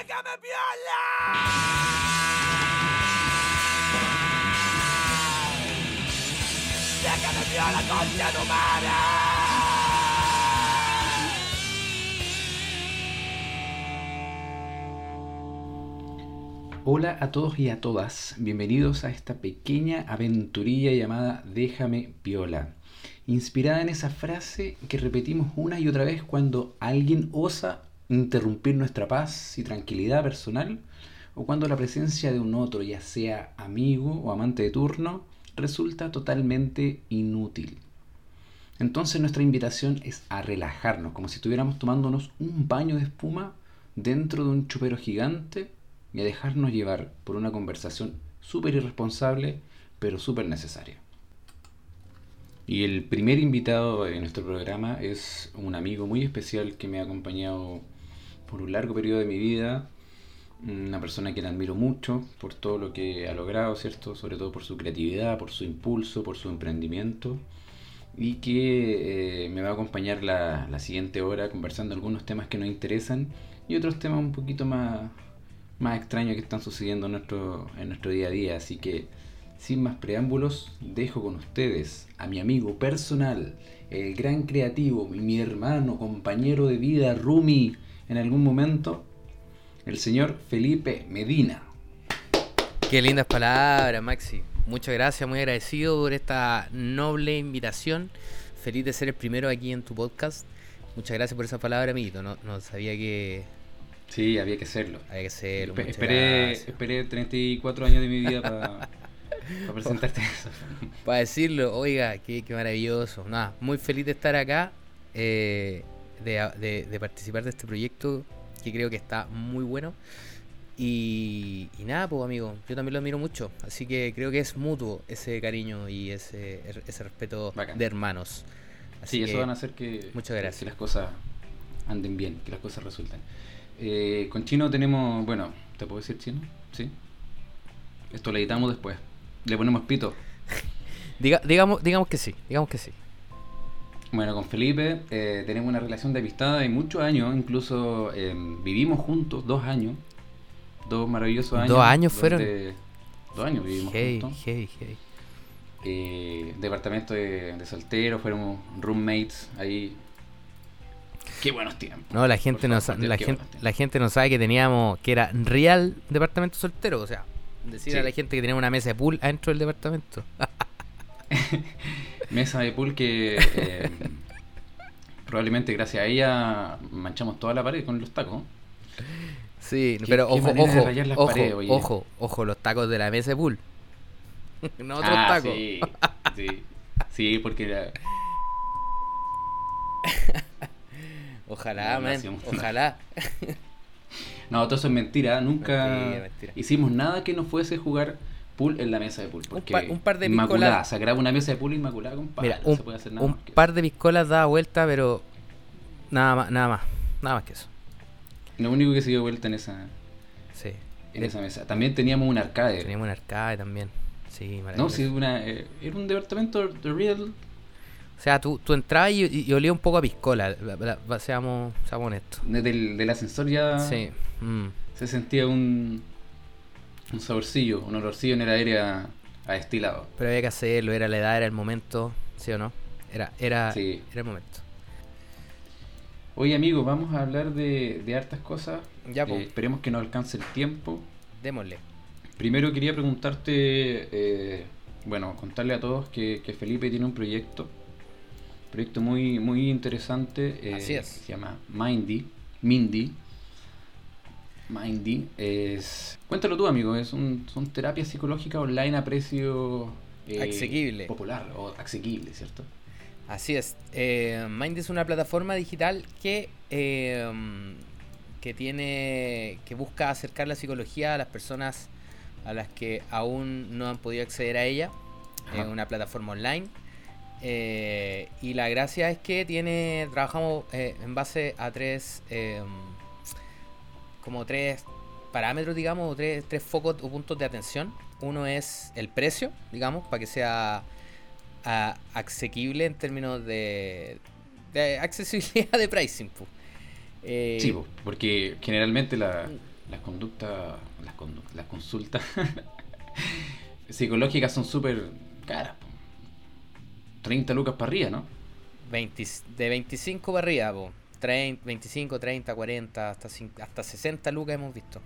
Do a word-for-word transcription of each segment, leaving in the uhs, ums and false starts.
¡Déjame piola! ¡Déjame piola, concha tu madre! Hola a todos y a todas, bienvenidos a esta pequeña aventurilla llamada Déjame piola, inspirada en esa frase que repetimos una y otra vez cuando alguien osa interrumpir nuestra paz y tranquilidad personal o cuando la presencia de un otro, ya sea amigo o amante de turno, resulta totalmente inútil. Entonces nuestra invitación es a relajarnos, como si estuviéramos tomándonos un baño de espuma dentro de un chupero gigante y a dejarnos llevar por una conversación súper irresponsable, pero súper necesaria. Y el primer invitado de nuestro programa es un amigo muy especial que me ha acompañado por un largo periodo de mi vida, una persona que la admiro mucho por todo lo que ha logrado, ¿cierto? Sobre todo por su creatividad, por su impulso, por su emprendimiento, y que eh, me va a acompañar la, la siguiente hora conversando algunos temas que nos interesan y otros temas un poquito más... más extraños que están sucediendo en nuestro, en nuestro día a día. Así que, sin más preámbulos, dejo con ustedes a mi amigo personal, el gran creativo, mi hermano, compañero de vida, Rumi, en algún momento, el señor Felipe Medina. Qué lindas palabras, Maxi. Muchas gracias, muy agradecido por esta noble invitación. Feliz de ser el primero aquí en tu podcast. Muchas gracias por esa palabra, amiguito. No, no sabía que... Sí, había que hacerlo. Había que hacerlo. Espe- esperé, esperé treinta y cuatro años de mi vida para pa presentarte eso. Para decirlo, oiga, qué, qué maravilloso. Nada, muy feliz de estar acá, eh, de, de, de participar de este proyecto que creo que está muy bueno. Y, y nada, pues amigo, yo también lo admiro mucho. Así que creo que es mutuo ese cariño y ese, ese respeto Bacán. De hermanos. Así sí, eso van a hacer que, muchas gracias. que las cosas anden bien, que las cosas resulten. Eh, con Chino tenemos, bueno, ¿te puedo decir Chino? Sí. Esto lo editamos después. Le ponemos pito. Diga, digamos, digamos que sí, digamos que sí. Bueno, con Felipe eh, tenemos una relación de amistad de muchos años, incluso eh, vivimos juntos dos años, dos maravillosos años. ¿Dos años fueron? Dos años vivimos hey, juntos. Hey, hey. Eh, departamento de, de soltero, fuéramos roommates ahí. Qué buenos tiempos. No, la gente no sabe, la gente, la gente no sabe que teníamos, que era real departamento soltero, o sea, decir sí. a la gente que teníamos una mesa de pool adentro del departamento. Mesa de pool que eh, probablemente gracias a ella manchamos toda la pared con los tacos. Sí, ¿Qué, pero qué ojo, ojo, ojo, paredes, ojo, ojo, los tacos de la mesa de pool. No otros ah, tacos. Sí, sí, sí, porque era... Ojalá, no, man, ojalá. No, todo eso es mentira. Nunca mentira, mentira. hicimos nada que no fuese jugar pool en la mesa de pool. Porque un, par, un par de inmaculada, piscolas. se graba una mesa de pool inmaculada, compadre. Mira, no un, se puede hacer nada un más que par eso. de piscolas daba vuelta, pero nada más, nada más, nada más que eso. Lo único que se dio vuelta en esa, sí. en esa mesa. También teníamos un arcade. Teníamos un arcade también. Sí, maravilloso. No, sí, una, eh, era un departamento de real. O sea, tú, tú entrabas y, y, y olía un poco a piscola, la, la, la, seamos, seamos honestos. Desde el del ascensor ya sí. mm. se sentía un, un saborcillo, un olorcillo en el aire a, a destilado. Pero había que hacerlo, era la edad, era el momento, ¿sí o no? Era, era, sí. era el momento. Oye, amigo, vamos a hablar de, de hartas cosas. Ya, eh, esperemos que nos alcance el tiempo. Démosle. Primero quería preguntarte, eh, bueno, contarle a todos que, que Felipe tiene un proyecto. Proyecto muy muy interesante. Eh, Así es. Se llama Mindy. Mindy. Mindy. Es... Cuéntalo tú, amigo. Es un, son terapias psicológicas online a precio... Eh, asequible. Popular o asequible, ¿cierto? Así es. Eh, Mindy es una plataforma digital que... Eh, que tiene... que busca acercar la psicología a las personas a las que aún no han podido acceder a ella. Es eh, una plataforma online. Eh, y la gracia es que tiene trabajamos eh, en base a tres eh, como tres parámetros, digamos, o tres, tres focos o puntos de atención. Uno es el precio, digamos, para que sea a, asequible en términos de, de accesibilidad de pricing. Eh, sí, porque generalmente la, las conductas, las, condu- las consultas psicológicas son súper caras. Po. treinta lucas para arriba, ¿no? veinte, de veinticinco para arriba, po. treinta, veinticinco, treinta, cuarenta, hasta, hasta sesenta lucas hemos visto.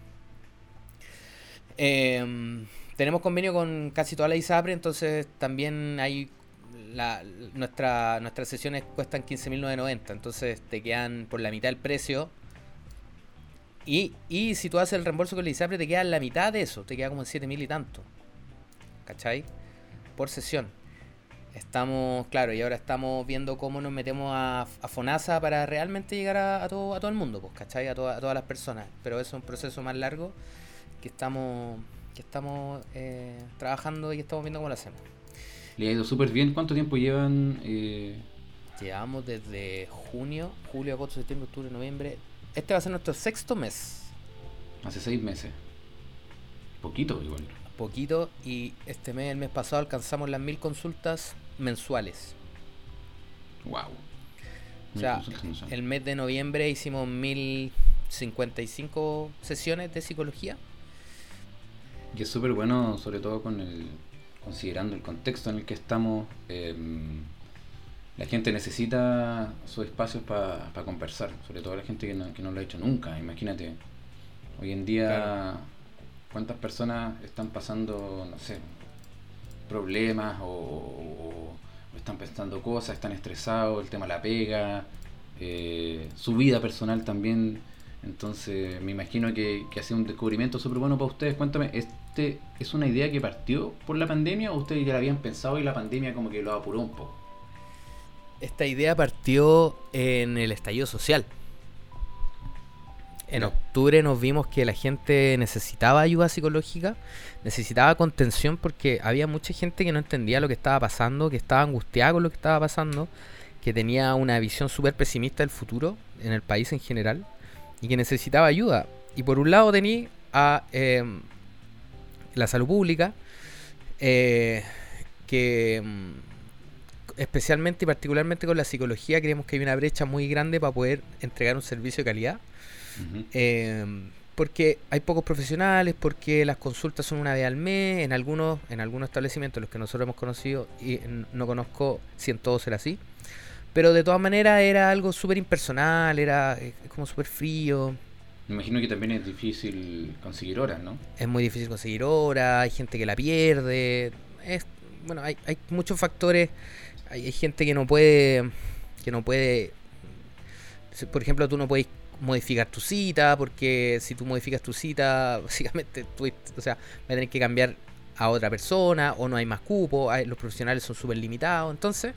Eh, tenemos convenio con casi toda la ISAPRE, entonces también hay la, nuestra, nuestras sesiones cuestan quince mil novecientos noventa, entonces te quedan por la mitad del precio. Y, y si tú haces el reembolso con la ISAPRE te queda la mitad de eso, te queda como en siete mil y tanto. ¿Cachai? Por sesión. Estamos, claro, y ahora estamos viendo cómo nos metemos a, a FONASA para realmente llegar a, a, todo, a todo el mundo, pues, ¿cachai? A, to, a todas las personas. Pero eso es un proceso más largo que estamos, que estamos eh, trabajando y que estamos viendo cómo lo hacemos. Le ha ido súper bien. ¿Cuánto tiempo llevan? Eh... Llevamos desde junio, julio, agosto, septiembre, octubre, noviembre. Este va a ser nuestro sexto mes. Hace seis meses. Poquito igual. Poquito, y este mes, el mes pasado, alcanzamos las mil consultas mensuales. Wow. O sea, el mes de noviembre hicimos mil cincuenta y cinco sesiones de psicología. Y es súper bueno, sobre todo con el considerando el contexto en el que estamos. Eh, la gente necesita sus espacios para pa conversar, sobre todo la gente que no, que no lo ha hecho nunca. Imagínate, hoy en día, claro, cuántas personas están pasando, no sé, problemas o, o, o están pensando cosas, están estresados, el tema de la pega, eh, su vida personal también. Entonces me imagino que, que ha sido un descubrimiento súper bueno para ustedes. Cuéntame, ¿este es una idea que partió por la pandemia o ustedes ya la habían pensado y la pandemia como que lo apuró un poco? Esta idea partió en el estallido social. En octubre nos vimos que la gente necesitaba ayuda psicológica, necesitaba contención, porque había mucha gente que no entendía lo que estaba pasando, que estaba angustiada con lo que estaba pasando, que tenía una visión súper pesimista del futuro en el país en general y que necesitaba ayuda. Y por un lado tenía a eh, la salud pública, eh, que especialmente y particularmente con la psicología creemos que hay una brecha muy grande para poder entregar un servicio de calidad. Uh-huh. Eh, porque hay pocos profesionales, porque las consultas son una vez al mes en algunos en algunos establecimientos, los que nosotros hemos conocido, y no conozco si en todos era así, pero de todas maneras era algo súper impersonal, era eh, como súper frío. Me imagino que también es difícil conseguir horas, ¿no? Es muy difícil conseguir horas, hay gente que la pierde, es, bueno, hay, hay muchos factores, hay, hay gente que no puede, que no puede, por ejemplo, tú no puedes modificar tu cita, porque si tú modificas tu cita, básicamente tú, o sea, vas a tener que cambiar a otra persona, o no hay más cupo, hay, los profesionales son súper limitados, entonces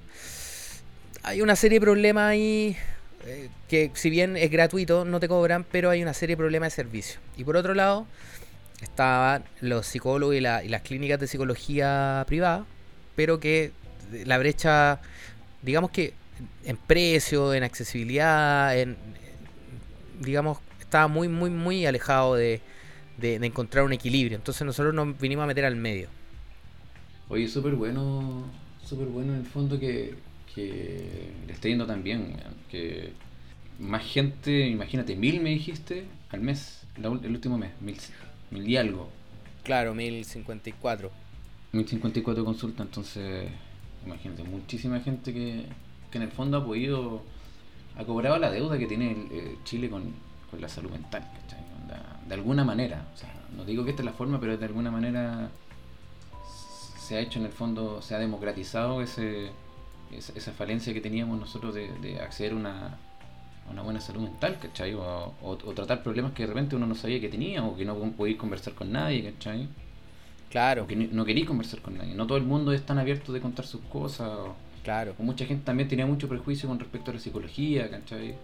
hay una serie de problemas ahí, eh, que si bien es gratuito, no te cobran, pero hay una serie de problemas de servicio. Y por otro lado, estaban los psicólogos y, la, y las clínicas de psicología privada, pero que la brecha, digamos que en precio, en accesibilidad, en digamos, estaba muy, muy, muy alejado de, de, de encontrar un equilibrio. Entonces nosotros nos vinimos a meter al medio. Oye, súper bueno, súper bueno en el fondo que, que le esté yendo tan bien, que más gente, imagínate, mil me dijiste al mes, la, el último mes, mil, mil y algo. Claro, mil cincuenta y cuatro. Mil cincuenta y cuatro consultas, entonces, imagínate, muchísima gente que, que en el fondo ha podido... ha cobrado la deuda que tiene el, eh, Chile con, con la salud mental, ¿cachai? De, de alguna manera, o sea, no digo que esta es la forma, pero de alguna manera se ha hecho en el fondo, se ha democratizado ese, esa, esa falencia que teníamos nosotros de, de acceder a una, a una buena salud mental, ¿cachai? O, o, o tratar problemas que de repente uno no sabía que tenía, o que no podía conversar con nadie, ¿cachai? Claro. O que no quería conversar con nadie, no todo el mundo es tan abierto de contar sus cosas, o, claro. O mucha gente también tenía mucho prejuicio con respecto a la psicología, ¿cachai?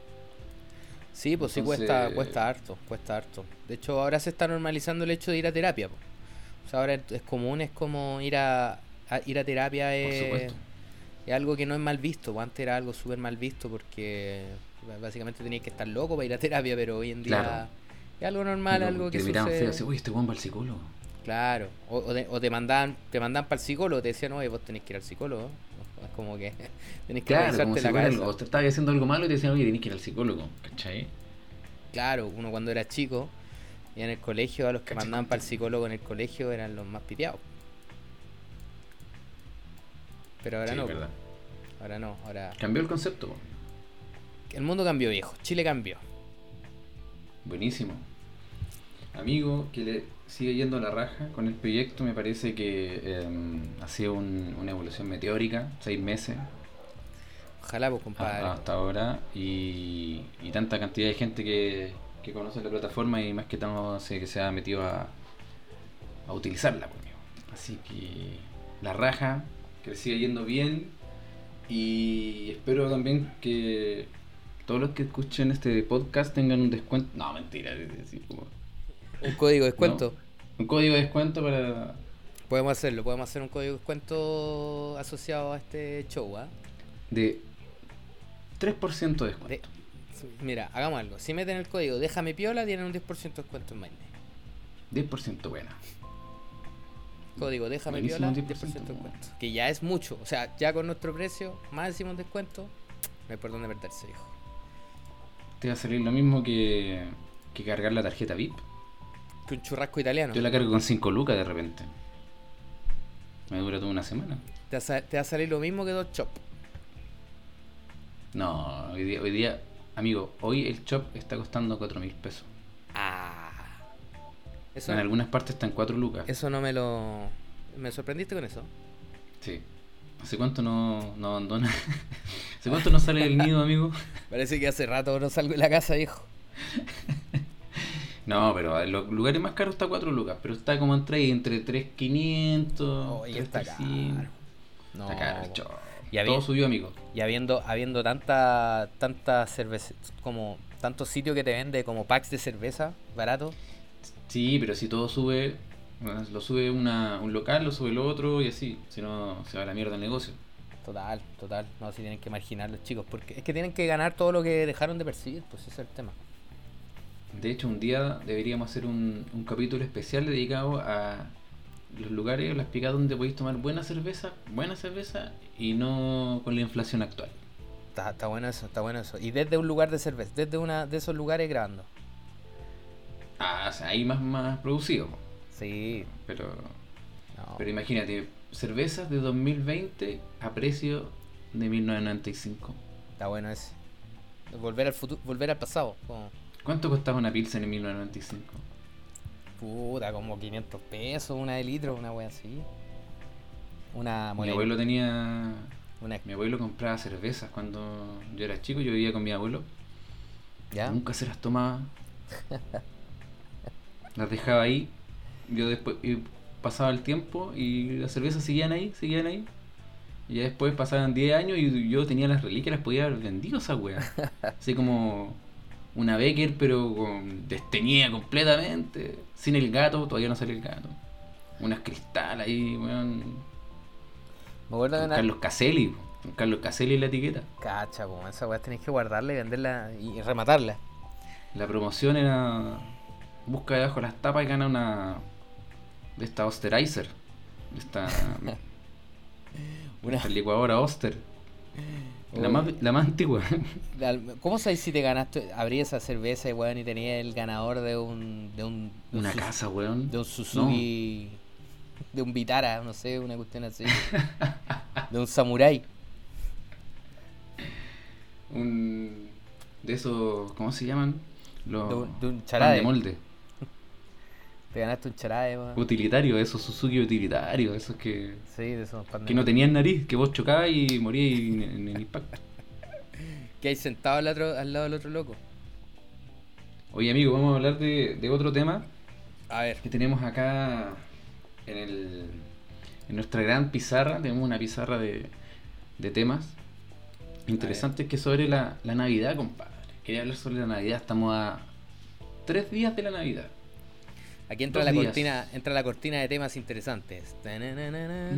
Sí, pues Entonces... sí cuesta, cuesta harto, cuesta harto. De hecho, ahora se está normalizando el hecho de ir a terapia, po. O sea, ahora es común, es como ir a, a ir a terapia, es, es algo que no es mal visto, pues antes era algo súper mal visto porque básicamente tenías que estar loco para ir a terapia, pero hoy en día claro. Es algo normal, no, algo que, que miraban sucede. Feo, oye, este weón va al psicólogo. Claro, o, o, te, o te mandaban te mandaban para el psicólogo, te decían, oye, vos tenés que ir al psicólogo. Es como que tenés que claro, revisarte la cabeza. Algo, o te estabas haciendo algo malo y te decían, oye, tenés que ir al psicólogo, ¿cachai? Claro, uno cuando era chico, Y en el colegio, a los que Cacha, mandaban para el contigo. psicólogo en el colegio eran los más piteados. Pero ahora Sí, no. verdad. Ahora no, ahora... Cambió el concepto. Po. El mundo cambió, viejo. Chile cambió. Buenísimo. Amigo, que le sigue yendo a la raja con el proyecto, me parece que eh, ha sido un- una evolución meteórica, seis meses Ojalá, pues, a- compadre. hasta ahora, y, y tanta cantidad de gente que, que conoce la plataforma y más que todo se, que se ha metido a, a utilizarla. Pues, amigo. Así que la raja, que le siga yendo bien, y espero también que todos los que escuchen este podcast tengan un descuento. No, mentira, es decir, como... Un código de descuento. Un código de descuento para... Podemos hacerlo, podemos hacer un código de descuento asociado a este show, ¿ah? de tres por ciento de De- descuento. Mira, hagamos algo. Si meten el código déjame piola, tienen un diez por ciento de descuento en Mindnet. diez por ciento buena. Código déjame Buenísimo, piola, diez diez por por ciento. ciento de descuento. Que ya es mucho. O sea, ya con nuestro precio, más decimos descuento, no hay por dónde perderse, hijo. Te va a salir lo mismo que, que cargar la tarjeta V I P. Que un churrasco italiano. Yo la cargo con cinco lucas de repente. Me dura toda una semana. Te, va a, sa- te va a salir lo mismo que dos chop. No, hoy día, hoy día, amigo, hoy el chop está costando cuatro mil pesos. Ah. Eso, En algunas partes están cuatro lucas. eso no me lo... ¿Me sorprendiste con eso? Sí. ¿Hace cuánto no, no abandona? ¿Hace cuánto no sale del nido, amigo? Parece que hace rato no salgo de la casa, hijo. No, pero en los lugares más caros está cuatro lucas, pero está como entre, entre tres mil quinientos, Oye, tres está mil caro. trescientos. No. Está caro el chop. Y había- Todo subió, amigo. Y habiendo, habiendo tanta, tanta cerveza, como tantos sitios que te vende como packs de cerveza barato. Sí, pero si todo sube, bueno, lo sube una, un local, lo sube el otro y así. Si no, se va a la mierda el negocio. Total, total. No, si tienen que marginar los chicos, porque es que tienen que ganar todo lo que dejaron de percibir, pues ese es el tema. De hecho, un día deberíamos hacer un, un capítulo especial dedicado a los lugares, las picadas donde podéis tomar buena cerveza, buena cerveza y no con la inflación actual. Está, está bueno eso, está bueno eso. Y desde un lugar de cerveza, desde una de esos lugares grabando. Ah, o sea, ahí más, más producido. Sí, Pero, no. pero imagínate, cervezas de dos mil veinte a precio de mil novecientos noventa y cinco. Está bueno ese. Volver al futuro, volver al pasado. Como, ¿Cuánto costaba una Pilsen en mil novecientos noventa y cinco? puta, como quinientos pesos, una de litro, una wea así. Una Mi molena. abuelo tenía... Una, Mi abuelo compraba cervezas cuando yo era chico, yo vivía con mi abuelo. ¿ya? Nunca se las tomaba. Las dejaba ahí. Yo después y pasaba el tiempo y las cervezas seguían ahí, seguían ahí. Y ya después pasaban diez años y yo tenía las reliquias, las podía haber vendido esa wea. Así como una Becker, pero con desteñida completamente. Sin el gato, todavía no sale el gato. Unas cristal ahí, weón. Me acuerdo de Con una... Carlos Caselli, con Carlos Caselli en la etiqueta. Cacha, como esa weá tenés que guardarla y venderla y rematarla. La promoción era busca debajo de las tapas y gana una de esta Osterizer, de esta, Una- esta licuadora Oster, la Uy. más, la más antigua. Al- ¿Cómo sabes si te ganaste? Abrí esa cerveza y weón y tenía el ganador de un. de un. de un Una Su- casa, weón. De un Suzuki. De un Vitara, no sé, una cuestión así. De un Samurai. No, un de esos, ¿cómo se llaman? Los De un- de un pan charade. de molde. Te ganaste un charae, weón. Utilitario, esos Suzuki utilitarios, esos que, Sí, de esos pan de que no molde. tenían nariz, que vos chocabas y morías en, en el impacto. Que hay sentado al, otro, al lado del otro loco. Oye, amigo, vamos a hablar de, de otro tema A ver. que tenemos acá en, el, en nuestra gran pizarra. Tenemos una pizarra de, de temas interesantes que sobre la, la Navidad, compadre. Quería hablar sobre la Navidad. Estamos a tres días de la Navidad. Aquí entra Dos la días. cortina, entra la cortina de temas interesantes. Tananana.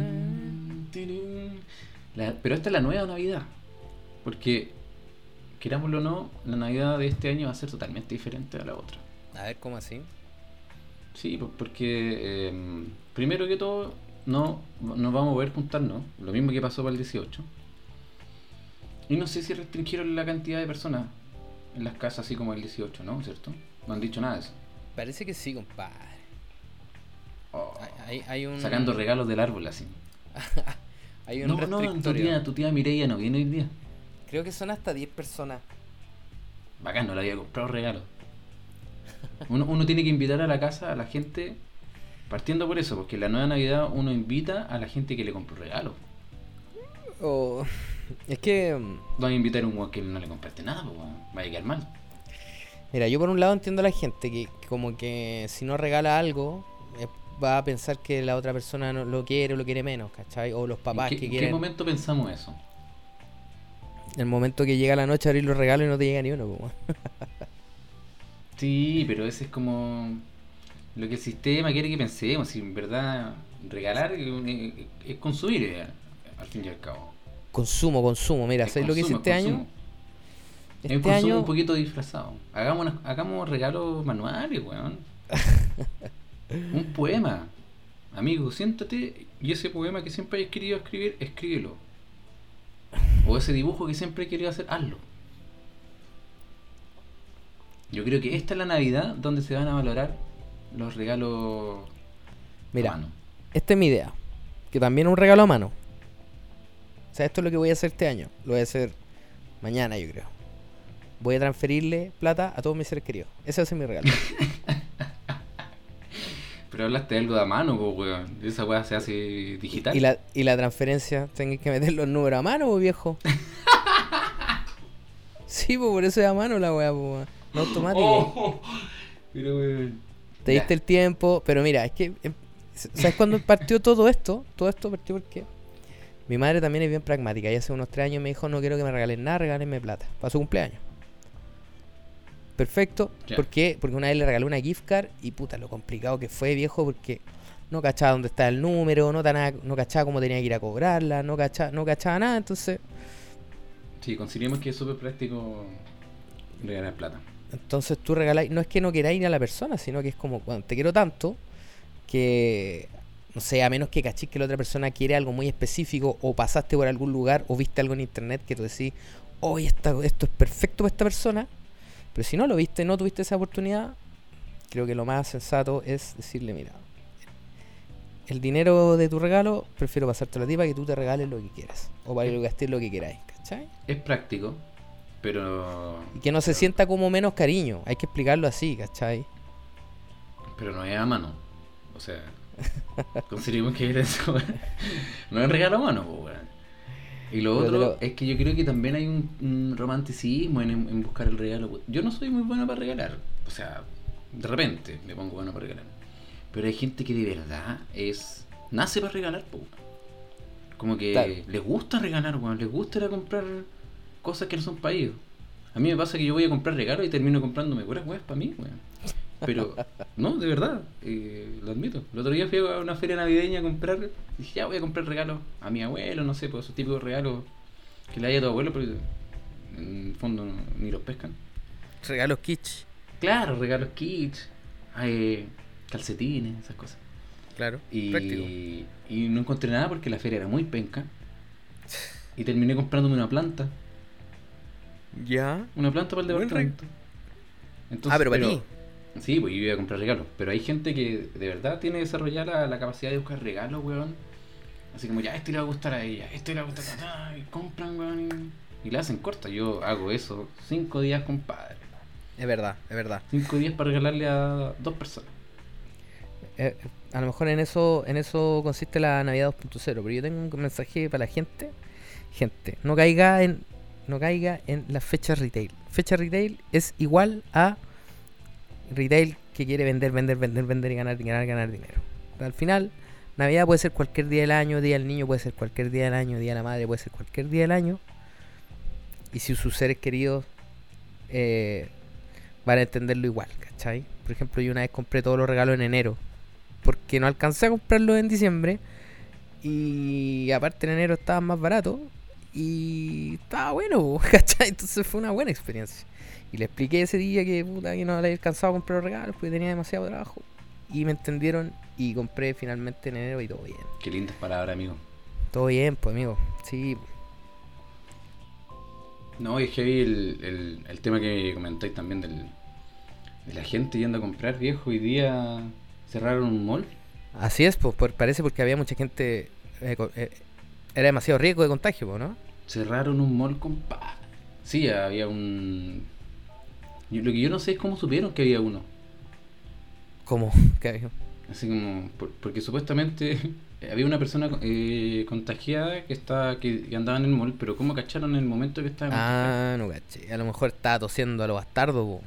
La- pero esta es la nueva Navidad. Porque, querámoslo o no, la Navidad de este año va a ser totalmente diferente a la otra. A ver, ¿cómo así? Sí, pues porque eh, primero que todo no nos vamos a poder juntarnos, lo mismo que pasó para el dieciocho. Y no sé si restringieron la cantidad de personas en las casas así como el dieciocho, ¿no? ¿Cierto? No han dicho nada de eso. Parece que sí, compadre. Oh, Hay, hay un... Sacando regalos del árbol así. hay un No, no, tu restrictorio. tía, tu tía Mireia no viene hoy día. Creo que son hasta diez personas. Bacán, no le había comprado regalos. Uno, uno tiene que invitar a la casa a la gente, partiendo por eso, porque en la nueva Navidad uno invita a la gente que le compró regalos. Oh, es que... No vas a invitar a un weón que no le compraste nada, pues weón, va a quedar mal. Mira, yo por un lado entiendo a la gente que como que si no regala algo, eh, va a pensar que la otra persona no lo quiere o lo quiere menos, ¿cachai? O los papás ¿En qué, que en quieren... qué momento pensamos eso? El momento que llega la noche a abrir los regalos y no te llega ni uno, pues. Sí, pero ese es como lo que el sistema quiere que pensemos. Si en verdad regalar es, es consumir, eh, al fin y al cabo. Consumo, consumo. Mira, Es ¿sabes lo que hice consumo, este es año? consumo. Es un Este consumo año... un poquito disfrazado. Hagamos, una- hagamos regalos manuales, weón. Un poema. Amigo, siéntate y ese poema que siempre hayas querido escribir, escríbelo. O ese dibujo que siempre he querido hacer, hazlo. Yo creo que esta es la Navidad donde se van a valorar los regalos Mira, a mano. esta es mi idea. Que también es un regalo a mano. O sea, esto es lo que voy a hacer este año. Lo voy a hacer mañana, yo creo. Voy a transferirle plata a todos mis seres queridos. Ese va a ser mi regalo. Pero hablaste de algo de a mano, pues, weón. Esa weá se hace digital. Y la, y la transferencia, tengo que meter los números a mano, pues, viejo. Sí, pues por eso es a mano la weá, pues. No automático. Oh, pero, weón. Te Ya. diste el tiempo, pero mira, es que... em, ¿Sabes cuándo partió todo esto? Todo esto partió porque mi madre también es bien pragmática y hace unos tres años me dijo: no quiero que me regalen nada, regálenme plata para su cumpleaños. Perfecto. Ya. ¿Por qué? Porque una vez le regalé una gift card y puta lo complicado que fue, viejo, porque no cachaba dónde estaba el número, no, nada, no cachaba cómo tenía que ir a cobrarla, no cachaba, no cachaba nada, entonces... Sí, consideremos que es súper práctico regalar plata. Entonces tú regaláis, no es que no queráis ir a la persona, sino que es como, bueno, te quiero tanto que, no sé, a menos que cachis que la otra persona quiere algo muy específico o pasaste por algún lugar o viste algo en internet que tú decís, oye, esto es perfecto para esta persona, pero si no lo viste, no tuviste esa oportunidad, creo que lo más sensato es decirle, mira, el dinero de tu regalo prefiero pasarte la tipa que tú te regales lo que quieras o para que lo gastes lo que queráis, ¿cachai? Es práctico, pero... Y que no se pero- sienta como menos cariño, hay que explicarlo así, ¿cachai? Pero no es a mano. O sea, consideremos que era eso. No es regalo a mano, pues, weón. Y lo Pero otro te lo- es que yo creo que también hay un, un romanticismo en, en buscar el regalo. Yo no soy muy bueno para regalar. O sea, de repente me pongo bueno para regalar. Pero hay gente que de verdad es... nace para regalar, pues, weón. Como que Claro. les gusta regalar, weón. Les gusta ir a comprar cosas que no son para ellos. A mí me pasa que yo voy a comprar regalos y termino comprándome puras weas para mí, weón. Pero, no, de verdad, eh, lo admito. El otro día fui a una feria navideña a comprar. Dije, ya voy a comprar regalos a mi abuelo, no sé, pues esos típicos regalos que le hay a tu abuelo, pero en el fondo no- ni los pescan. Regalos kitsch. Claro, regalos kits, eh, calcetines, esas cosas. Claro, Y, práctico. y no encontré nada porque la feria era muy penca. Y terminé comprándome una planta. Ya. Una planta para el Buen departamento. Entonces, Ah, pero para ti. Sí, pues yo iba a comprar regalos. Pero hay gente que de verdad tiene desarrollada la, la capacidad de buscar regalos, weón. Así como, ya, este le va a gustar a ella, este le va a gustar a... Y compran, weón, y, y le hacen corta. Yo hago eso cinco días, compadre. Es verdad, es verdad. Cinco días para regalarle a dos personas. Eh, a lo mejor en eso en eso consiste la Navidad dos punto cero, pero yo tengo un mensaje para la gente. Gente, no caiga en no caiga en las fechas retail. Fecha retail es igual a retail que quiere vender, vender, vender, vender y ganar, ganar, ganar dinero. Al final, Navidad puede ser cualquier día del año, Día del Niño puede ser cualquier día del año, Día de la Madre puede ser cualquier día del año. Y si sus seres queridos eh, van a entenderlo igual, ¿cachai? Por ejemplo, yo una vez compré todos los regalos en enero porque no alcancé a comprarlos en diciembre y aparte en enero estaban más baratos y estaba bueno, ¿cachai? Entonces fue una buena experiencia. Y le expliqué ese día que puta que no había alcanzado a comprar los regalos porque tenía demasiado trabajo y me entendieron y compré finalmente en enero y todo bien. Qué lindas palabras, amigo. Todo bien, pues amigo. Sí, No, y es heavy el, el, el tema que comentáis también del, La gente yendo a comprar, viejo, hoy día cerraron un mall. Así es, pues por, parece porque había mucha gente. Eh, co- eh, era demasiado riesgo de contagio, po, ¿no? Cerraron un mall, compa. Sí, había un... yo- lo que yo no sé es cómo supieron que había uno. ¿Cómo? ¿Qué había? Así como... por- porque supuestamente había una persona eh, contagiada que estaba que, que andaba en el mall, pero ¿cómo cacharon en el momento que estaba contagiada? Ah, no caché. A lo mejor estaba tosiendo a lo bastardo, po.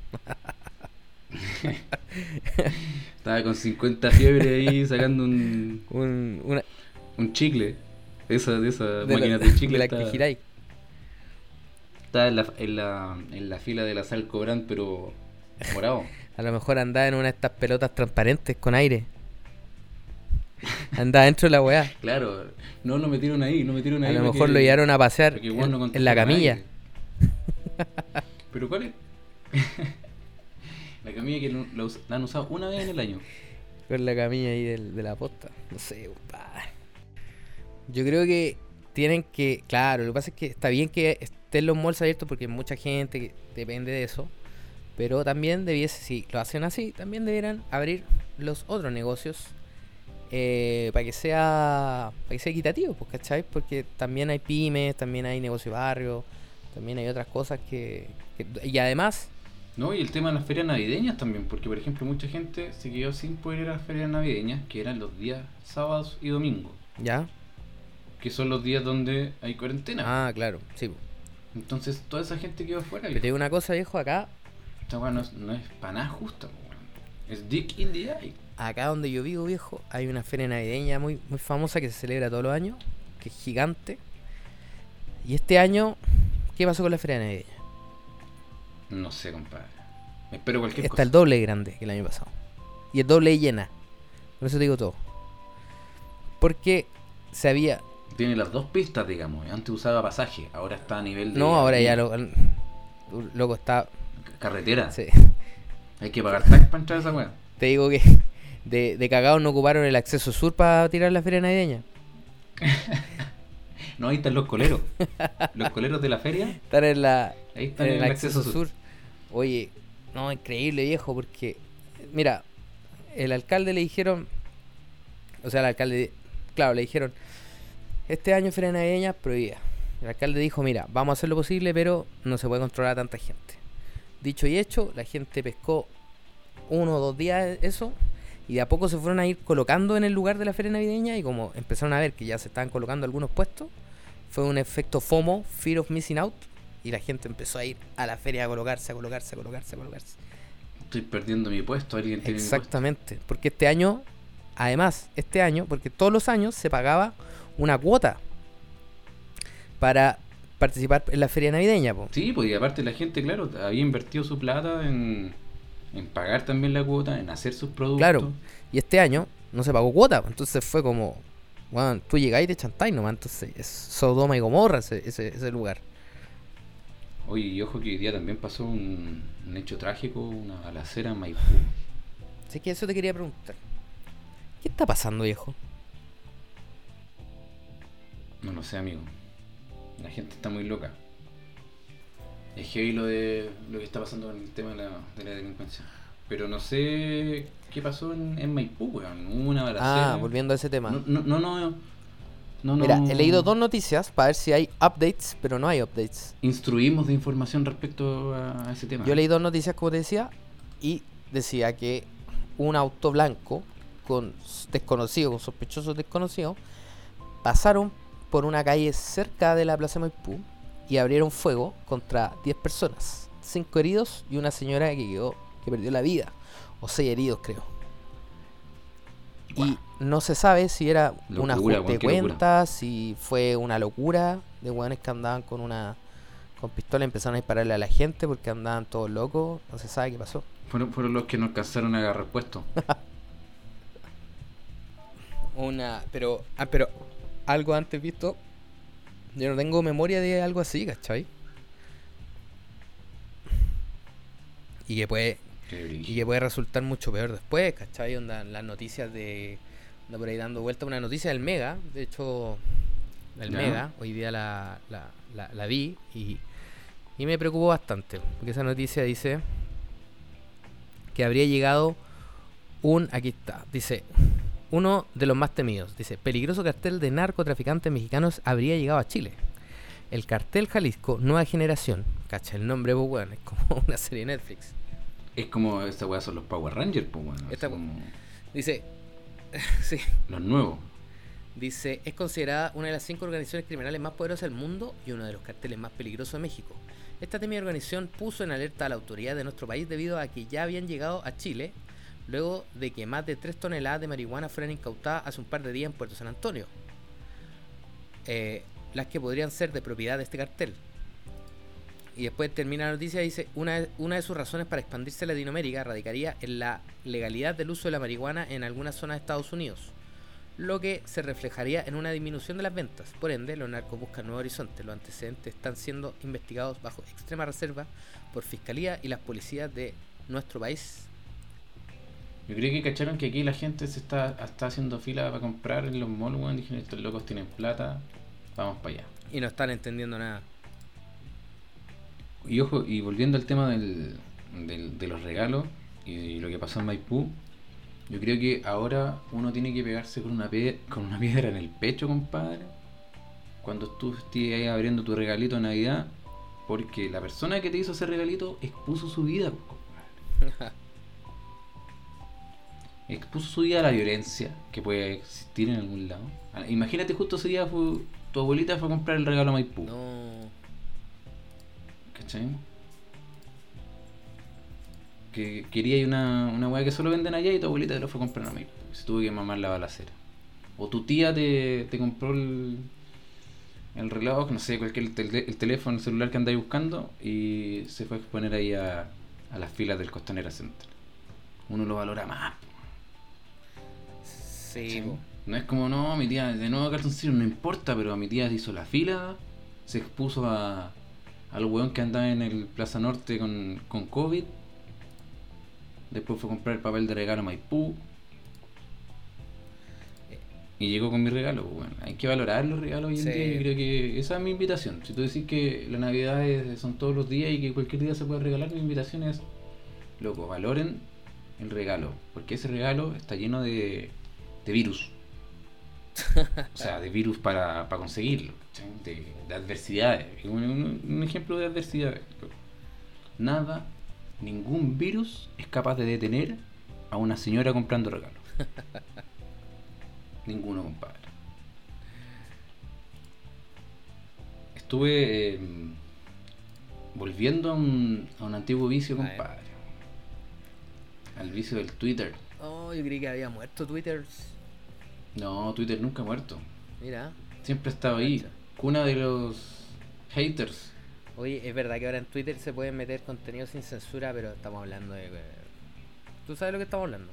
Estaba con cincuenta fiebre ahí sacando un, Un, una, un chicle. Esa, de esas de máquinas la, de chicle. de la Estaba, que giráis. estaba en, la, en, la, en la fila de la sal Cobran, pero morado. A lo mejor andaba en una de estas pelotas transparentes con aire. Andaba dentro de la weá. Claro, no lo metieron ahí, no metieron A ahí. lo para mejor que- lo llevaron a pasear para que igual no en, en contagie la a nadie. camilla. ¿Pero cuál es? La camilla que lo- la, us- la han usado una vez en el año. Con la camilla ahí del- de la posta. No sé, compadre. Yo creo que tienen que. Claro, lo que pasa es que está bien que estén los malls abiertos porque hay mucha gente que depende de eso. Pero también debiese, si lo hacen así, también debieran abrir los otros negocios eh, para que sea para que sea equitativo, pues, ¿cachai? Porque también hay pymes, también hay negocio de barrio, también hay otras cosas que, que- y además, No, y el tema de las ferias navideñas también, porque por ejemplo mucha gente se quedó sin poder ir a las ferias navideñas, que eran los días sábados y domingos, ¿ya? que son los días donde hay cuarentena. Ah, claro, sí. po. Entonces toda esa gente quedó afuera. Pero te digo una cosa, viejo, acá, Esta weá no es, no es para nada justa, po, weón. Es dick in the eye. acá donde yo vivo, viejo, hay una feria navideña muy, muy famosa que se celebra todos los años, que es gigante. Y este año, ¿qué pasó con la feria navideña? No sé, compadre. Espero cualquier Está cosa. el doble de grande que el año pasado. Y el doble de llena. Por eso te digo todo. Porque se había... Tiene las dos pistas, digamos. Antes usaba pasaje, ahora está a nivel de... No, ahora ya lo... Loco, está... Carretera. sí. Hay que pagar tax para entrar a esa weá. Te digo que de, de cagados no ocuparon el acceso sur para tirar la feria navideña. No, ahí están los coleros. Los coleros de la feria, Están en la... ahí están en en el acceso sur. Oye, no, increíble, viejo, porque... Mira, el alcalde le dijeron... O sea, el alcalde... Claro, le dijeron... Este año feria navideña prohibida. El alcalde dijo, mira, vamos a hacer lo posible, pero no se puede controlar a tanta gente. Dicho y hecho, la gente pescó uno o dos días eso, y de a poco se fueron a ir colocando en el lugar de la feria navideña, y como empezaron a ver que ya se estaban colocando algunos puestos, fue un efecto FOMO, Fear of Missing Out, y la gente empezó a ir a la feria a colocarse, a colocarse, a colocarse, a colocarse. Estoy perdiendo mi puesto, alguien tiene mi puesto. Exactamente, porque este año, además, este año, porque todos los años se pagaba una cuota para participar en la feria navideña, po. Sí, pues y aparte la gente, claro, había invertido su plata en, en pagar también la cuota, en hacer sus productos. Claro, y este año no se pagó cuota, entonces fue como, bueno, tú llegáis de chantáis nomás, entonces es Sodoma y Gomorra ese, ese, ese lugar. Oye, y ojo que hoy día también pasó un, un hecho trágico, una balacera en Maipú. Así que eso te quería preguntar. ¿Qué está pasando, viejo? No lo sé, amigo. La gente está muy loca. Es heavy lo de lo que está pasando con el tema de la, de la delincuencia. Pero no sé qué pasó en, en Maipú, weón. Hubo una balacera. Ah, volviendo a ese tema. No, no, no, no, no, Mira, no- he leído dos noticias para ver si hay updates, pero no hay updates. Instruimos de información respecto a, a ese tema. Yo leí dos noticias, como te decía, y decía que un auto blanco con desconocidos, con sospechosos desconocidos, pasaron por una calle cerca de la Plaza Maipú y abrieron fuego contra diez personas, cinco heridos y una señora que quedó, que perdió la vida, o seis heridos creo. Y no se sabe si era un Locura, ajuste de weón, qué locura. cuentas, si fue una locura de hueones que andaban con una con pistola y empezaron a dispararle a la gente porque andaban todos locos, no se sabe qué pasó. Fueron, fueron los que no alcanzaron a agarrar puesto. Una, pero, ah, pero algo antes visto, yo no tengo memoria de algo así, ¿cachai? Y que puede, Qué y brígido. que puede resultar mucho peor después, ¿cachai? Onda, las noticias de, anda por ahí dando vuelta una noticia del Mega, de hecho, del Ya. Mega, hoy día la, la, la, la vi y, y me preocupó bastante, porque esa noticia dice que habría llegado un, aquí está, dice, uno de los más temidos, dice, peligroso cartel de narcotraficantes mexicanos habría llegado a Chile. El cartel Jalisco Nueva Generación, cacha el nombre, pues bueno, es como una serie de Netflix. Es como esta weá son los Power Rangers, pues bueno. Esta, como dice, sí, los nuevos. dice, es considerada una de las cinco organizaciones criminales más poderosas del mundo y uno de los carteles más peligrosos de México. Esta temida organización puso en alerta a la autoridad de nuestro país debido a que ya habían llegado a Chile luego de que más de tres toneladas de marihuana fueran incautadas hace un par de días en Puerto San Antonio, eh, las que podrían ser de propiedad de este cartel. Y después termina la noticia y dice, una, una de sus razones para expandirse a Latinoamérica radicaría en la legalidad del uso de la marihuana en algunas zonas de Estados Unidos, lo que se reflejaría en una disminución de las ventas. Por ende, los narcos buscan nuevos horizontes. Los antecedentes están siendo investigados bajo extrema reserva por Fiscalía y las policías de nuestro país. Yo creo que cacharon que aquí la gente se está, está haciendo fila para comprar en los malls, weón. Dijeron, estos locos tienen plata, vamos para allá. Y no están entendiendo nada. Y ojo, y volviendo al tema del, del, de los regalos y lo que pasó en Maipú, yo creo que ahora uno tiene que pegarse con una, pie- con una piedra en el pecho, compadre, cuando tú estés ahí abriendo tu regalito de Navidad, porque la persona que te hizo ese regalito expuso su vida, compadre. Expuso su vida a la violencia que puede existir en algún lado. Imagínate, justo ese día fue, tu abuelita fue a comprar el regalo a Maipú. No. ¿Cachai? Que quería una, una weá que solo venden allá y tu abuelita te lo fue a comprar a Maipú. Se tuvo que mamar la balacera. O tu tía te, te compró el, el reloj, no sé, cualquier el, tel- el teléfono, el celular que andáis buscando y se fue a exponer ahí a, a las filas del Costanera Center. Uno lo valora más. Sí, ¿Sí? po. No es como, no, mi tía de nuevo cartoncillo, no importa, pero a mi tía hizo la fila, se expuso a al weón que andaba en el Plaza Norte con, con COVID, después fue a comprar el papel de regalo a Maipú y llegó con mi regalo. Bueno, hay que valorar los regalos hoy en Sí. día. Yo creo que esa es mi invitación. Si tú decís que la Navidad es- son todos los días y que cualquier día se puede regalar, mi invitación es, loco, valoren el regalo, porque ese regalo está lleno de, de virus. O sea, de virus para, para conseguirlo, ¿cachai? de, de adversidades. Un, un- un ejemplo de adversidades. Nada, ningún virus es capaz de detener a una señora comprando regalos. Ninguno, compadre. Estuve eh, volviendo a un, a un antiguo vicio, A ver. compadre. Al vicio del Twitter. Oh, yo creí que había muerto Twitter. No, Twitter nunca ha muerto. Mira. Siempre ha estado ahí. Cacha. Cuna de los haters. Oye, es verdad que ahora en Twitter se puede meter contenido sin censura, pero estamos hablando de... ¿Tú sabes lo que estamos hablando?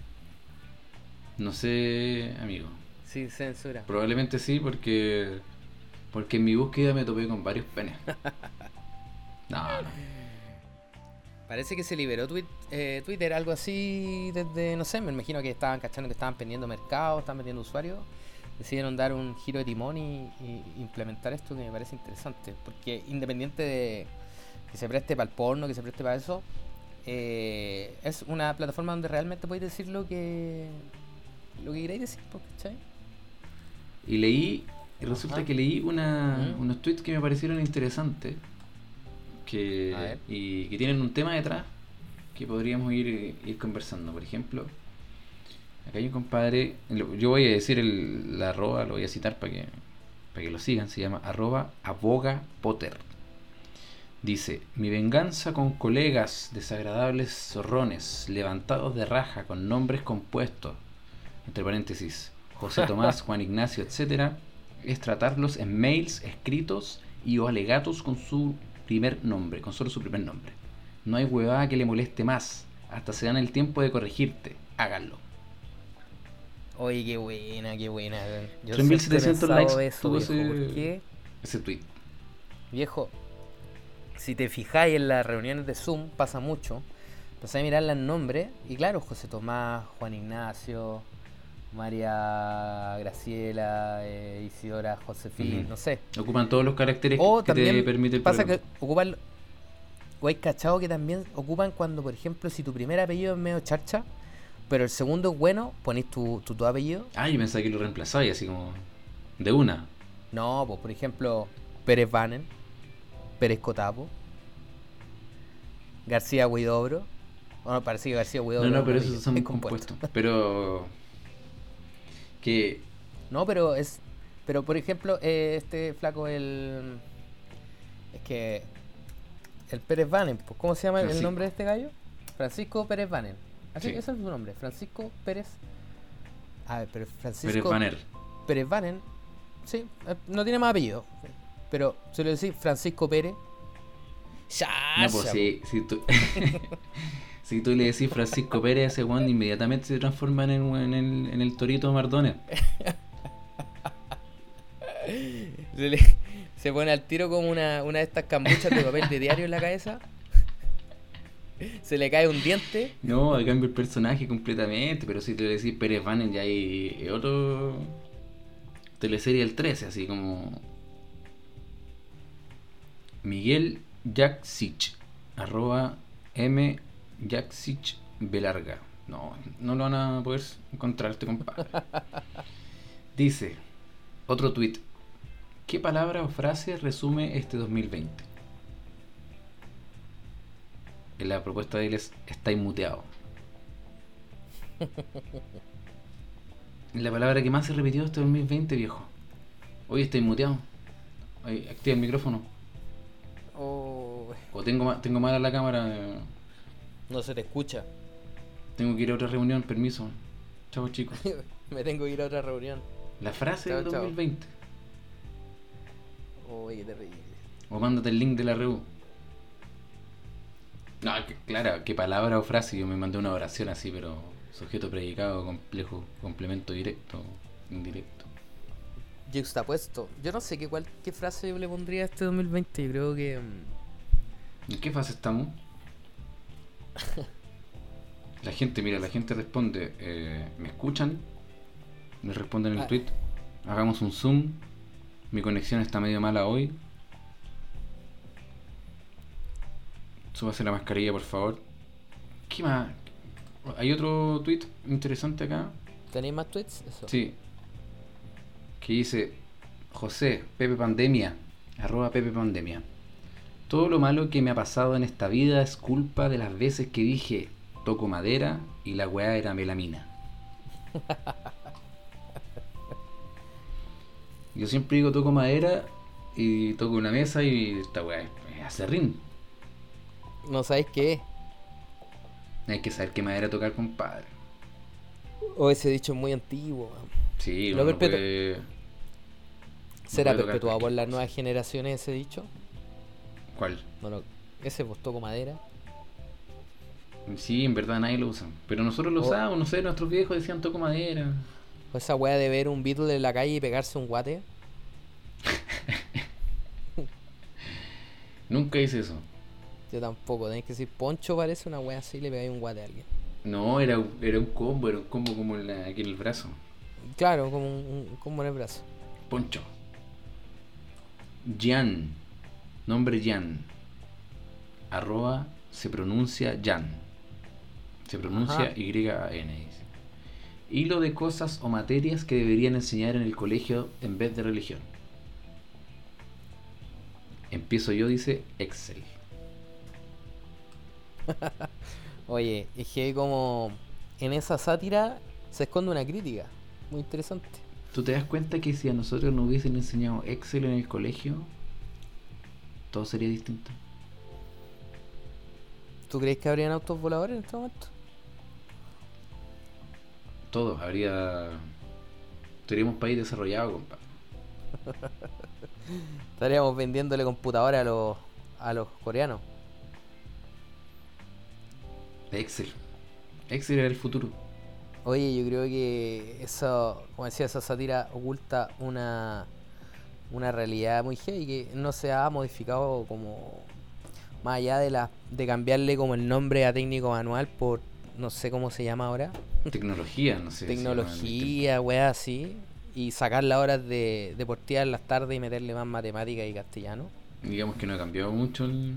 No sé, amigo. Sin censura. Probablemente sí, porque porque en mi búsqueda me topé con varios penes. No, no. Parece que se liberó twi- eh, Twitter, algo así desde, no sé, me imagino que estaban cachando que estaban vendiendo mercados, estaban vendiendo usuarios. Decidieron dar un giro de timón y, y implementar esto que me parece interesante. Porque independiente de que se preste para el porno, que se preste para eso, eh, es una plataforma donde realmente podéis decir lo que lo que queréis decir, pues, ¿cachai? Y leí, y resulta Ajá. que leí una, ¿Mm? unos tweets que me parecieron interesantes que, A ver. y que tienen un tema detrás que podríamos ir, ir conversando. Por ejemplo, acá hay un compadre, lo- yo voy a decir el, la arroba, lo voy a citar para que, para que lo sigan, se llama arroba aboga potter. Dice, mi venganza con colegas desagradables zorrones, levantados de raja con nombres compuestos, entre paréntesis, José Tomás, Juan Ignacio, etcétera, es tratarlos en mails escritos y o alegatos con su primer nombre, con solo su primer nombre. No hay huevada que le moleste más, hasta se dan el tiempo de corregirte, háganlo. Oye, qué buena, qué buena. Yo tres mil siempre he setecientos pensado likes eso, tuvo viejo, ese- ¿por qué? Ese tweet. Viejo, si te fijáis en las reuniones de Zoom, pasa mucho. Empezáis a mirar los nombres y claro, José Tomás, Juan Ignacio, María Graciela, eh, Isidora, Josefina, Ujú. no sé. Ocupan todos los caracteres O que te también permite el pasa programa. que ocupan, o hay cachado que también ocupan cuando, por ejemplo, si tu primer apellido es medio charcha, pero el segundo es bueno, ponés tu, tu, tu apellido. Ah, yo pensaba que lo reemplazaba y así como de una. No, pues por ejemplo, Pérez Banen, Pérez Cotapo, García Huidobro. Bueno, parece que García Huidobro. No, no, pero es un esos son apellido, es compuesto. compuestos. Pero que No, pero es. Pero por ejemplo, eh, este flaco, el. Es que. El Pérez Banen, pues, ¿cómo se llama el Francisco. nombre de este gallo? Francisco Pérez Banen. Así Sí. que ese es su nombre, Francisco Pérez. A ver, pero Francisco Pérez Banner. Pérez Banen. Sí, eh, no tiene más apellido. Pero se lo decís Francisco Pérez. Ya, No, pues ya, si, si tú si tú le decís Francisco Pérez a ese weón, inmediatamente se transforma en el, en el, en el Torito Mardona. Se, le, se pone al tiro como una, una de estas cambuchas de papel de diario en la cabeza. Se le cae un diente. No, cambia el personaje completamente, pero si tú le decís Pérez Banner ya hay otro teleserie del trece, así como Miguel Jaksic, arroba M Jaksic Belarga. No, no lo van a poder encontrar este compadre. Dice, otro tweet. ¿Qué palabra o frase resume este dos mil veinte? En la propuesta de él es está inmuteado. La palabra que más se repitió este dos mil veinte, viejo. Hoy está inmuteado. Ahí, activa el micrófono. Oh, O tengo, ma- tengo mala la cámara. eh, no se te escucha. Tengo que ir a otra reunión, permiso. Chao, chicos. Me tengo que ir a otra reunión. La frase Chao, del chao. dos mil veinte. Oh, qué terrible. O mándate el link de la reu. No, que- claro, qué palabra o frase. Yo me mandé una oración así, pero sujeto, predicado, complejo, complemento directo, indirecto. Yuxtapuesto. Yo no sé qué, cuál, qué frase yo le pondría a este dos mil veinte. Yo creo que. mm, ¿En qué fase estamos? La gente, mira, la gente responde, eh, ¿me escuchan? Me responden en el Ah. tweet. Hagamos un zoom. Mi conexión está medio mala hoy. Súbase la mascarilla, por favor. ¿Qué más? Hay otro tweet interesante acá. ¿Tenéis más tweets? Eso. Sí. Que dice José, Pepe Pandemia, arroba Pepe Pandemia. Todo lo malo que me ha pasado en esta vida es culpa de las veces que dije toco madera y la weá era melamina. Yo siempre digo toco madera y toco una mesa y esta weá es es acerrín. No sabéis qué es. Hay que saber qué madera tocar, compadre. O ese dicho es muy antiguo. weón. Sí, Lo uno no perpetu- puede- ¿Será puede tocar perpetuado por cualquier las cosa. nuevas generaciones ese dicho? ¿Cuál? No, no. Ese pues toco madera. Sí, en verdad nadie lo usa. Pero nosotros lo Oh. usábamos, no sé, nuestros viejos decían toco madera. O esa weá de ver un Beatle en la calle y pegarse un guate. Nunca hice eso. Yo tampoco. Tenéis que decir poncho, parece una weá así y le pegáis un guate a alguien. No, era, era un combo, era un combo como en la- aquí en el brazo. Claro, como un, un combo en el brazo. Poncho. Jan. Nombre Jan. Arroba se pronuncia Jan. Se pronuncia Ajá. Y A N. dice. Hilo de cosas o materias que deberían enseñar en el colegio en vez de religión. Empiezo yo, dice Excel. Oye, es que como en esa sátira se esconde una crítica. Muy interesante. ¿Tú te das cuenta que si a nosotros nos hubiesen enseñado Excel en el colegio, todo sería distinto? ¿Tú crees que habrían autos voladores en este momento? Todo, habría... Seríamos un país desarrollado, compa. Estaríamos vendiéndole computadores a los, a los coreanos. Excel. Excel era el futuro. Oye, yo creo que eso, como decía, esa sátira oculta una, una realidad muy heavy que no se ha modificado como más allá de la de cambiarle como el nombre a técnico manual por no sé cómo se llama ahora, Tecnología, no sé. si llaman distinto. tecnología, weá así, y sacar las horas de deportivas en las tardes y meterle más matemática y castellano. Digamos que no ha cambiado mucho el-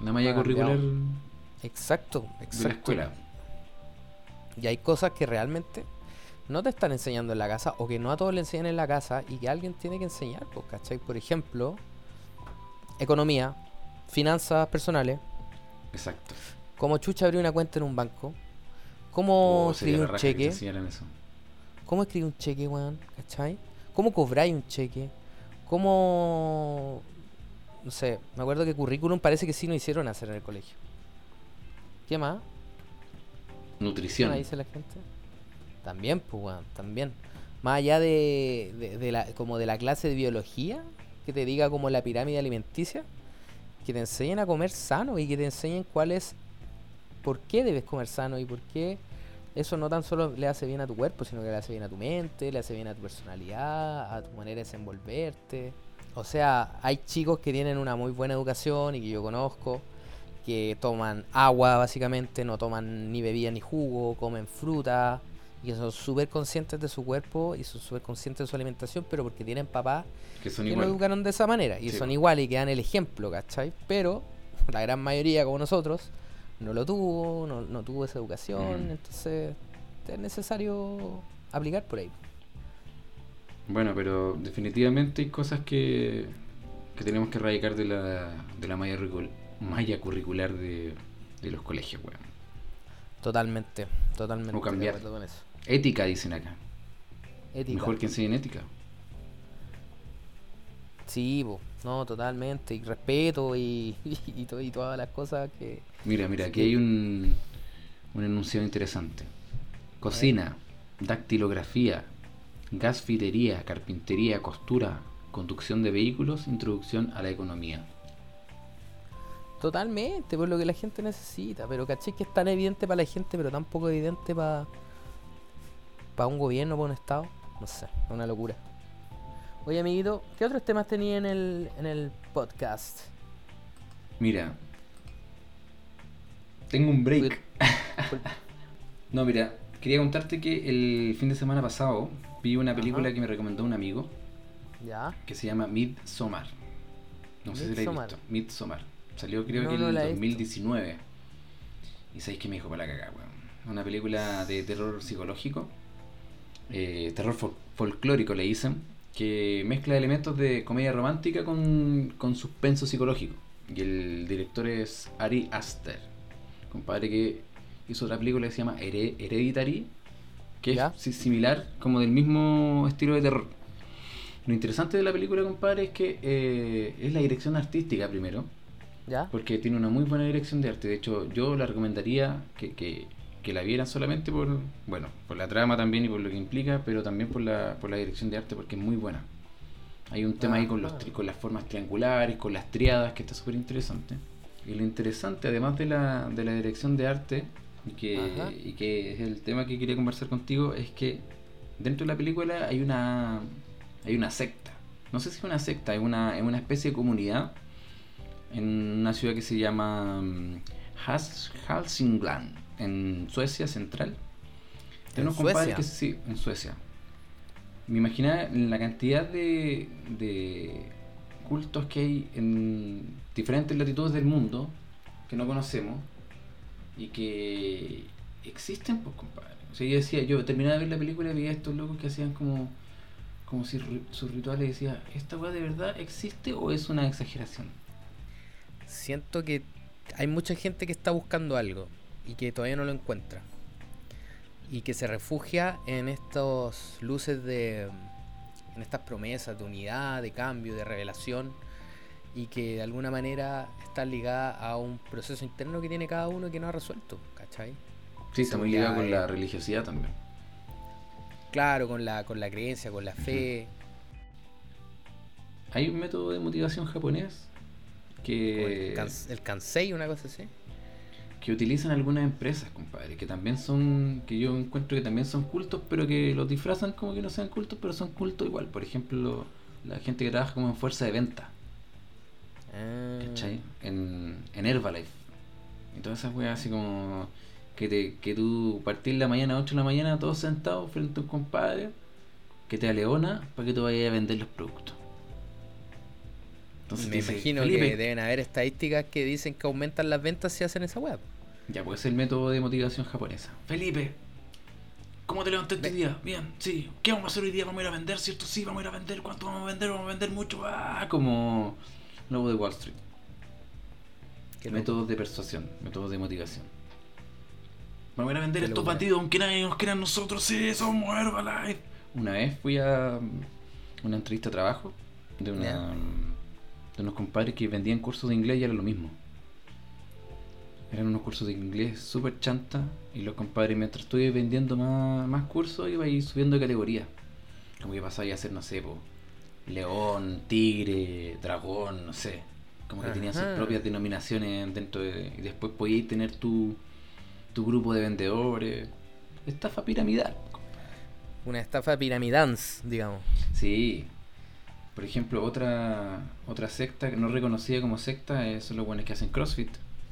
la malla no ha cambiado. curricular Exacto, exacto. de la escuela. Y hay cosas que realmente no te están enseñando en la casa o que no a todos le enseñan en la casa y que alguien tiene que enseñar, pues, ¿cachai? Por ejemplo, economía, finanzas personales, Exacto. cómo chucha abrir una cuenta en un banco, cómo Oh, sería escribir la un raja que te cheque, enseñaran eso. cómo escribir un cheque, weón, ¿cachai? Cómo cobráis un cheque, cómo... No sé, me acuerdo que currículum parece que sí nos hicieron hacer en el colegio. ¿Qué más? ¿Qué Nutrición. más dice la gente? También, pues, weón, también. Más allá de, de, de la, como de la clase de biología, que te diga como la pirámide alimenticia, que te enseñen a comer sano y que te enseñen cuál es, por qué debes comer sano y por qué eso no tan solo le hace bien a tu cuerpo, sino que le hace bien a tu mente, le hace bien a tu personalidad, a tu manera de desenvolverte. O sea, hay chicos que tienen una muy buena educación y que yo conozco, que toman agua básicamente, no toman ni bebida ni jugo, comen fruta y que son súper conscientes de su cuerpo y son súper conscientes de su alimentación, pero porque tienen papás Que son que lo igual. educaron de esa manera y Sí, son po. iguales y que dan el ejemplo, ¿cachai? Pero la gran mayoría, como nosotros, no lo tuvo, no, no tuvo esa educación, Mm. entonces es necesario aplicar por ahí. Bueno, pero definitivamente hay cosas que, que tenemos que erradicar de la, de la malla, curricul- malla curricular de, de los colegios, weón. Totalmente, totalmente O cambiar. de acuerdo con eso. Ética, dicen acá. Ética. Mejor que enseñen ética. Sí, po, no, totalmente. Y respeto y, y, y, to- y todas las cosas que... Mira, mira, aquí Sí. hay un, un enunciado interesante. Cocina, dactilografía, gasfitería, carpintería, costura, conducción de vehículos, introducción a la economía. Totalmente, por lo que la gente necesita. Pero caché que es tan evidente para la gente, pero tan poco evidente para para un gobierno, para un estado. No sé, es una locura. Oye, amiguito, ¿qué otros temas tenía en el, en el podcast? Mira, tengo un break. Fue- No, mira, quería contarte que el fin de semana pasado vi una película Ajá. que me recomendó un amigo Ya. que se llama Midsommar. No sé si la he Midsommar. visto. Midsommar. Salió creo No, que no el la he dos mil diecinueve. Y sabéis que me dijo para la cagada, weón. Una película de terror psicológico. Eh, terror fol- folclórico le dicen. Que mezcla elementos de comedia romántica con, con suspenso psicológico. Y el director es Ari Aster. Compadre que hizo otra película que se llama Here- Hereditary. Que ¿Ya? es si- similar, como del mismo estilo de terror. Lo interesante de la película, compadre, es que eh, es la dirección artística primero. ¿Ya? Porque tiene una muy buena dirección de arte. De hecho, yo la recomendaría que, que, que la vieran solamente por, bueno, por la trama también y por lo que implica, pero también por la, por la dirección de arte porque es muy buena. Hay un tema ahí con, los, Ajá. tri- con las formas triangulares, con las triadas, que está súper interesante. Y lo interesante, además de la, de la dirección de arte, y que, Ajá. y que es el tema que quería conversar contigo, es que dentro de la película hay una, hay una secta. No sé si es una secta, es una, es una especie de comunidad en una ciudad que se llama um, Has- Hälsingland, en Suecia central. ¿En Unos compadres Suecia? que sí, en Suecia. Me imaginaba la cantidad de, de cultos que hay en diferentes latitudes del mundo que no conocemos y que existen, pues, compadre. O sea, yo decía, yo terminaba de ver la película y veía a estos locos que hacían como como si ri- sus rituales y decía, ¿esta weá de verdad existe o es una exageración? Siento que hay mucha gente que está buscando algo y que todavía no lo encuentra. Y que se refugia en estos luces de... en estas promesas de unidad, de cambio, de revelación. Y que de alguna manera está ligada a un proceso interno que tiene cada uno que no ha resuelto, ¿cachai? Sí, está muy Eso ya ligado con es- la religiosidad también. Claro, con la, con la creencia, con la fe. Hay un método de motivación japonés Con que, el, kan- el kansei, una cosa así. que utilizan algunas empresas, compadre, que también son, que yo encuentro que también son cultos, pero que los disfrazan como que no sean cultos, pero son cultos igual. Por ejemplo, la gente que trabaja como en fuerza de venta, Ah, ¿cachai? En, en Herbalife. Y todas esas weas así como que te que tú partís la mañana a ocho de la mañana todos sentados frente a un compadre que te aleona para que tú vayas a vender los productos. Entonces Me dice, imagino Felipe, que deben haber estadísticas que dicen que aumentan las ventas si hacen esa web. ya, pues es el método de motivación japonesa. Felipe, ¿cómo te levantaste Ve- hoy día? Bien, sí. ¿Qué vamos a hacer hoy día? ¿Vamos a ir a vender, cierto? Sí, vamos a ir a vender. ¿Cuánto vamos a vender? Vamos a vender mucho. Ah, como lobo de Wall Street. Qué loco. Métodos de persuasión, métodos de motivación. Vamos a ir a vender Qué estos locura. batidos aunque nadie nos quiera a nosotros. Sí, somos Herbalife. Una vez fui a mm, una entrevista de trabajo de, una, Ya. de unos compadres que vendían cursos de inglés y era lo mismo. Eran unos cursos de inglés súper chanta y los compadres, mientras estuve vendiendo más, más cursos, iba a ir subiendo de categoría. Como que pasaba a ser, no sé, po, león, tigre, dragón, no sé. Como que tenía sus Ajá. propias denominaciones dentro de... Y después podías tener tu, tu grupo de vendedores. Estafa piramidal. Una estafa piramidans, digamos. Sí. Por ejemplo, otra otra secta que no reconocida como secta es son los buenos que hacen CrossFit.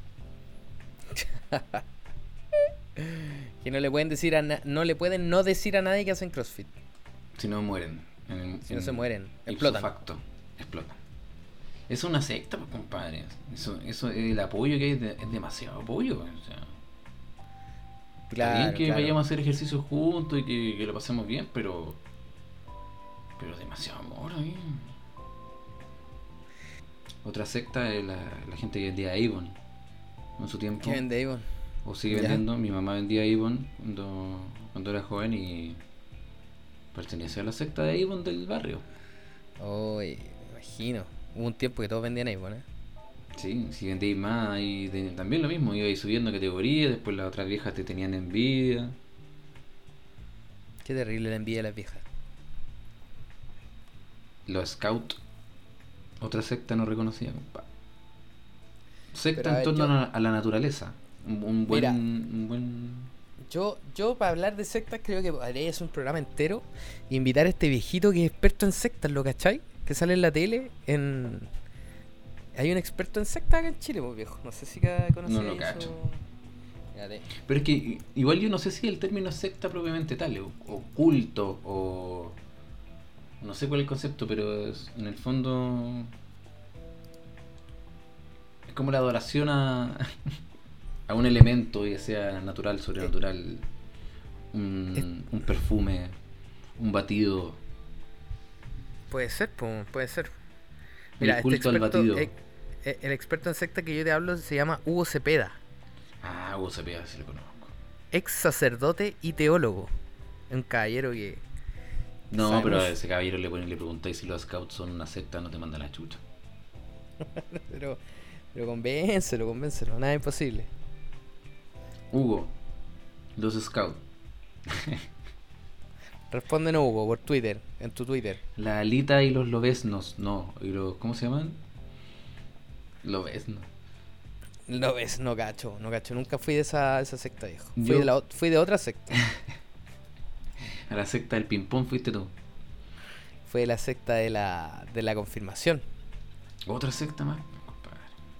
Que no le pueden decir a na- no le pueden no decir a nadie que hacen CrossFit. Si no mueren. En el- Si no en- se mueren, ipso explotan. facto, explotan. Es una secta, pues, compadre. Eso, eso, el apoyo que hay de- es demasiado apoyo. O sea, está Claro, bien que claro. vayamos a hacer ejercicio juntos y que, que lo pasemos bien, pero. Pero demasiado amor ahí. Otra secta es la, la gente que vendía Avon en su tiempo. ¿Qué vende Avon? O sigue Ya. vendiendo. Mi mamá vendía Avon cuando, cuando era joven y pertenecía a la secta de Avon del barrio. Uy, me imagino. Hubo un tiempo que todos vendían Avon, ¿eh? Sí, si vendéis más y de- también lo mismo, ibais subiendo categoría, después las otras viejas te tenían envidia. Qué terrible la envidia de las viejas. Los scouts, otra secta no reconocida, compa. Secta Pero, a en ver, torno yo- a, la, a la naturaleza. Un, un buen, Mira. un buen. Yo, yo para hablar de sectas creo que podría hacer un programa entero e invitar a este viejito que es experto en sectas, ¿lo cachai? Que sale en la tele en... Hay un experto en sectas acá en Chile, pues viejo. No sé si conocéis No lo eso. cacho. Fíjate. Pero es que i- igual yo no sé si el término secta propiamente tal, o, o culto, o. No sé cuál es el concepto, pero es- en el fondo. Es como la adoración a. a un elemento, ya sea natural, sobrenatural. Un, un perfume, un batido. Puede ser, pues, puede ser. El culto al batido. eh, eh, el experto en secta que yo te hablo se llama Hugo Cepeda, Ah, Hugo Cepeda, sí lo conozco. ex sacerdote y teólogo. Un caballero que... No, sabe pero a mucho. ese caballero le ponen, le preguntáis si los scouts son una secta, no te mandan la chucha. Pero, pero convéncelo, convéncelo, nada imposible. Hugo, los scouts. Respóndenos, Hugo, por Twitter, en tu Twitter. La alita y los lobesnos, no. ¿Y los, ¿Cómo se llaman? Lobesnos. No ves, no cacho, no cacho. Nunca fui de esa, esa secta, viejo. Fui, Yo- de la, ot- fui de otra secta. A la secta del ping-pong fuiste tú. Fue de la secta de la, de la confirmación. Otra secta más, compadre.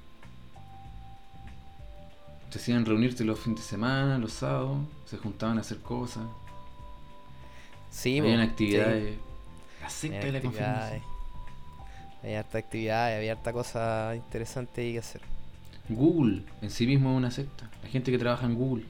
Se hacían reunirse los fines de semana, los sábados, se juntaban a hacer cosas. Sí, Habían po, actividades. La sí. secta Había de la actividades. confirmación. Había harta actividad, había harta cosa interesante ahí que hacer. Google en sí mismo es una secta. La gente que trabaja en Google.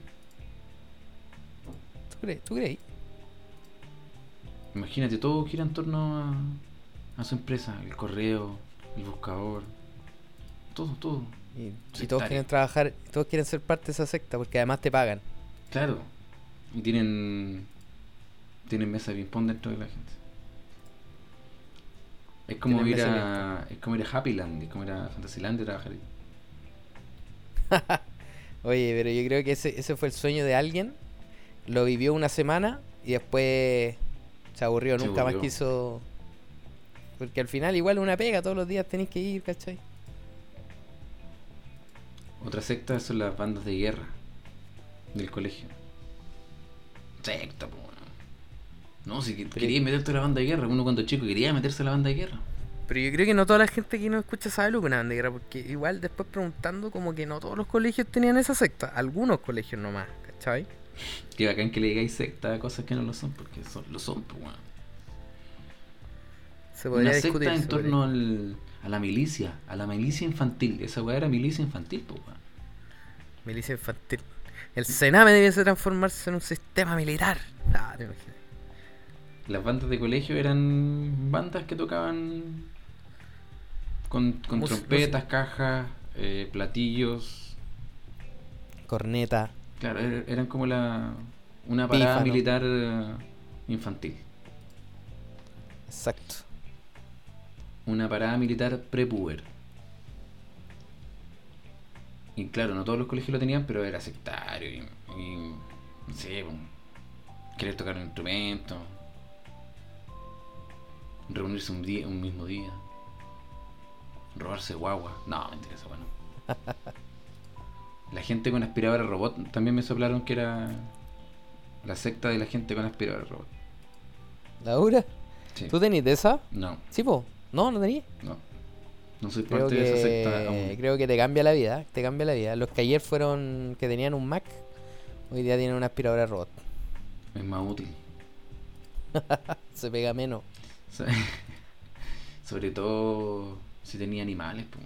¿Tú crees? ¿Tú crees? Imagínate, todo gira en torno a, a su empresa. El correo, el buscador. Todo, todo. Y, y Sectario. todos quieren trabajar, todos quieren ser parte de esa secta porque además te pagan. Claro. Y tienen. Tienen mesa de ping-pong dentro de la gente. Es como Tienen ir mesa de a. Es como ir a Happyland, es como ir a Fantasyland y trabajar ahí. Oye, pero yo creo que ese, ese fue el sueño de alguien. Lo vivió una semana y después se aburrió. Se Nunca aburrió. más quiso. Porque al final, igual una pega, todos los días tenés que ir, ¿cachai? Otra secta son las bandas de guerra del colegio. Secta, po. No, si que- querías meterte a la banda de guerra, uno cuando chico quería meterse a la banda de guerra. Pero yo creo que no toda la gente que nos escucha sabe lo que es una banda de guerra, porque igual después preguntando como que no todos los colegios tenían esa secta, algunos colegios nomás, ¿cachai? Que bacán que le digáis secta a cosas que no lo son, porque son, lo son, pues bueno. Se podría Una discutir. secta en se torno podría. al, a la milicia, a la milicia infantil. Esa weá era milicia infantil, po, weón. Milicia infantil. El Sename debiese transformarse en un sistema militar. Ah, te imaginas. Las bandas de colegio eran bandas que tocaban con, con Mus- trompetas, cajas, eh, platillos. Corneta. Claro, er- eran como la una parada Pífano. militar eh, infantil. Exacto. Una parada militar prepuber. Y claro, no todos los colegios lo tenían, pero era sectario y, y no sé, pues, querer tocar un instrumento, reunirse un día, un mismo día, robarse guagua. No, mentira, eso bueno. La gente con aspiradora robot también me soplaron que era la secta de la gente con aspiradora robot. ¿Laura? Sí. ¿Tú tenés de esa? No, Sí, po. No, no tenías. no. No soy Creo parte de esa secta que, aún. creo que te cambia la vida, te cambia la vida. Los que ayer fueron, que tenían un Mac, hoy día tienen una aspiradora robot. Es más útil. Se pega menos. So- Sobre todo si tenía animales. Pues.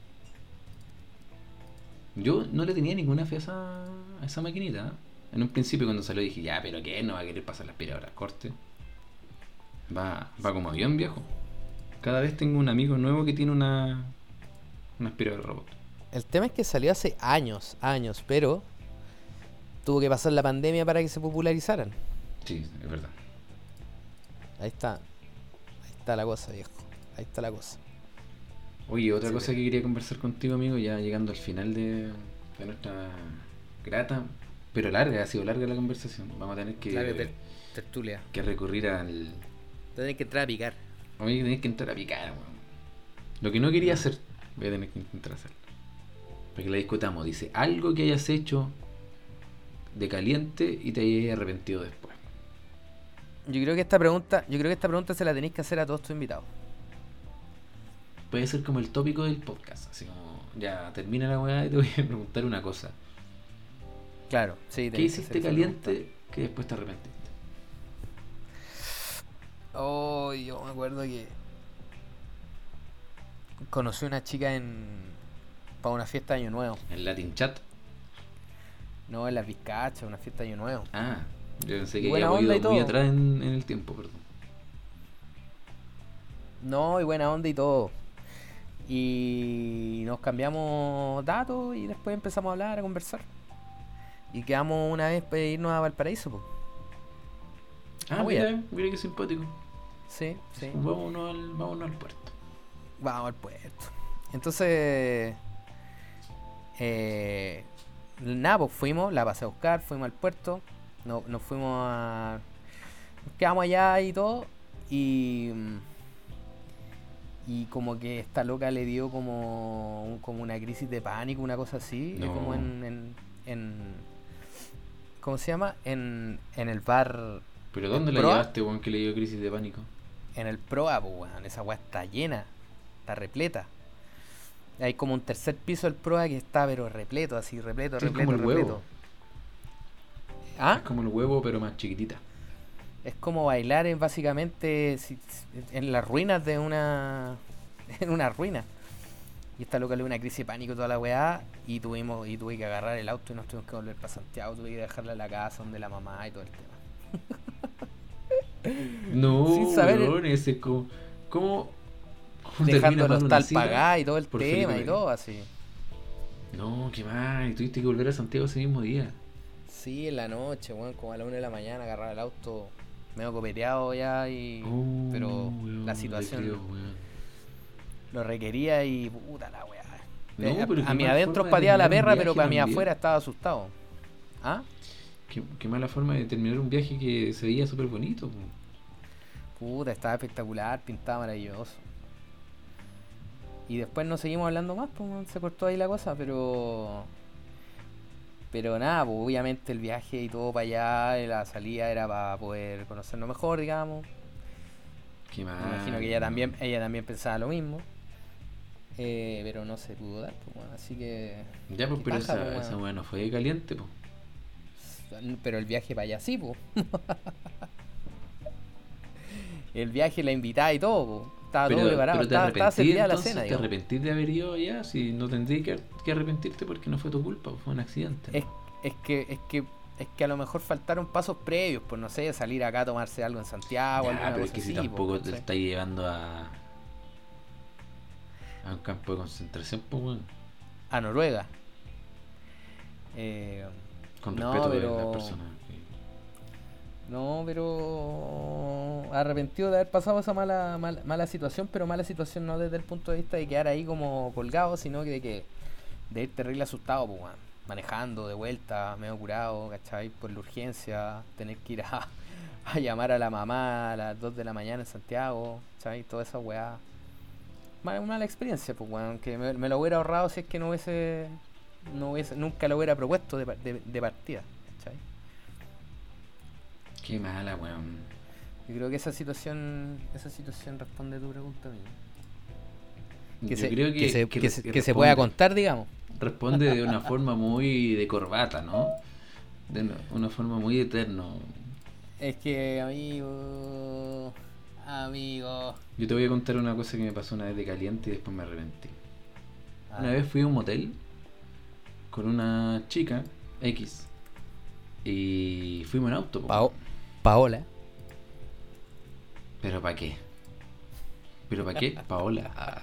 Yo no le tenía ninguna fe a esa, a esa maquinita. ¿eh? En un principio cuando salió dije, ya, pero ¿qué? No va a querer pasar la aspiradora. Corte. Va, va como avión, viejo. Cada vez tengo un amigo nuevo que tiene una, una aspiradora robot. El tema es que salió hace años, años, pero tuvo que pasar la pandemia para que se popularizaran. Sí, es verdad. Ahí está. Ahí está la cosa, viejo. Ahí está la cosa. Oye, otra Sí, cosa pero- que quería conversar contigo, amigo, ya llegando al final de, de nuestra grata, pero larga, ha sido larga la conversación. Vamos a tener que, Claro, ter- tertulia. que recurrir al... Te tenés que entrar a picar. Voy a tener que entrar a picar, weón. Lo que no quería hacer, voy a tener que intentar hacerlo. Para que la discutamos. Dice, algo que hayas hecho de caliente y te hayas arrepentido después. Yo creo que esta pregunta, yo creo que esta pregunta se la tenéis que hacer a todos tus invitados. Puede ser como el tópico del podcast. Así como, ya termina la weá y te voy a preguntar una cosa. Claro, sí. ¿Qué tenéis que hiciste hacer esa caliente que después te arrepentiste? pregunta. Oh, yo me acuerdo que conocí una chica en para una fiesta de Año Nuevo. En Latin Chat. No, en las Vizcachas, una fiesta de Año Nuevo. Ah, yo pensé que Buena ya había onda y ido muy todo. atrás en, en el tiempo, perdón. No, y buena onda y todo. Y nos cambiamos datos y después empezamos a hablar, a conversar. Y quedamos una vez para irnos a Valparaíso, pues. Ah, Ah, mira, mira qué simpático. Sí, sí. Vámonos al, vámonos al puerto. Vamos al puerto. Entonces, eh, nada, pues fuimos, la pasé a buscar, fuimos al puerto, no, nos fuimos a... Nos quedamos allá y todo, y... Y como que esta loca le dio como, un- como una crisis de pánico, una cosa así, No. como en, en, en... ¿Cómo se llama? En, en el bar... ¿Pero dónde la ¿Proa? llevaste, weón, que le dio crisis de pánico? En el Proa, pues, weón. Esa weá está llena. Está repleta. Hay como un tercer piso del Proa que está, pero repleto, así, repleto, Sí, es repleto, como el repleto. huevo. ¿Ah? Es como el huevo, pero más chiquitita. Es como bailar en básicamente si- si- en las ruinas de una. En una ruina. Y esta loca le dio una crisis de pánico toda la weá. Y tuvimos, y tuve que agarrar el auto y nos tuvimos que volver para Santiago. Tuve que dejarla en la casa donde la mamá y todo el tema. No, Sin saber- weón, ese es como... ¿Cómo? ¿Cómo Dejando termina el mal una hostal cita pagada y todo el por tema Felipe y Bello? todo así. No, qué mal. Y tuviste que volver a Santiago ese mismo día. Sí, en la noche, weón, como a la una de la mañana, agarrar el auto medio copeteado ya y... Oh, pero weón, la te situación creo, weón. lo requería y puta la weá. No, Eh, pero a qué a mi mal adentro forma de pateaba la terminar un perra, pero viaje para mí también. afuera estaba asustado. ¿Ah? Qué, qué mala forma de terminar un viaje que se veía súper bonito. po. Puta, estaba espectacular, pintaba maravilloso. Y después no seguimos hablando más, pues se cortó ahí la cosa, pero... Pero nada, pues obviamente el viaje y todo para allá, la salida era para poder conocernos mejor, digamos. Qué mal. Me imagino que ella también, ella también pensaba lo mismo. Eh, pero no se pudo dar, pues, bueno, así que... Ya, pues, qué pero paja, esa, pues, esa weón. weá no fue caliente, pues. Pero el viaje para allá sí, pues. el viaje, la invitada y todo, po. Estaba Pero, todo preparado, pero te estaba, estaba arrepentí servida la entonces, cena, te digamos. arrepentís de haber ido allá, si no tendrías que, que arrepentirte porque no fue tu culpa, fue un accidente. Es, es que, es que, es que a lo mejor faltaron pasos previos, pues no sé, salir acá a tomarse algo en Santiago, Ya, alguna pero es cosa que si así, tampoco po, te ¿cachai? estás llevando a, a un campo de concentración, pues bueno, A Noruega. Eh, con no, respeto de pero- las personas. No, pero arrepentido de haber pasado esa mala, mala mala situación, pero mala situación no desde el punto de vista de quedar ahí como colgado, sino que de que de ir terrible asustado, pues, weón. Manejando de vuelta, medio curado, ¿cachai? Por la urgencia, tener que ir a, a llamar a la mamá a las dos de la mañana en Santiago, ¿cachai? Toda esa weá. Mala, mala experiencia, pues, weón, que me, me lo hubiera ahorrado si es que no hubiese, no hubiese nunca lo hubiera propuesto de, pa- de, de partida, ¿cachai? Qué mala, weón. Yo creo que esa situación esa situación responde a tu pregunta, amigo. Que, Yo se, creo que, se, que, que, se, que que se responde- pueda contar, digamos. Responde de una forma muy de corbata, ¿no? De una, una forma muy eterno. Es que, amigo. Amigo. Yo te voy a contar una cosa que me pasó una vez de caliente y después me arrepentí. Ah, Una vez fui a un motel con una chica X y fuimos en auto. po. Pao- Paola. ¿Pero para qué? ¿Pero para qué? Paola. Ah,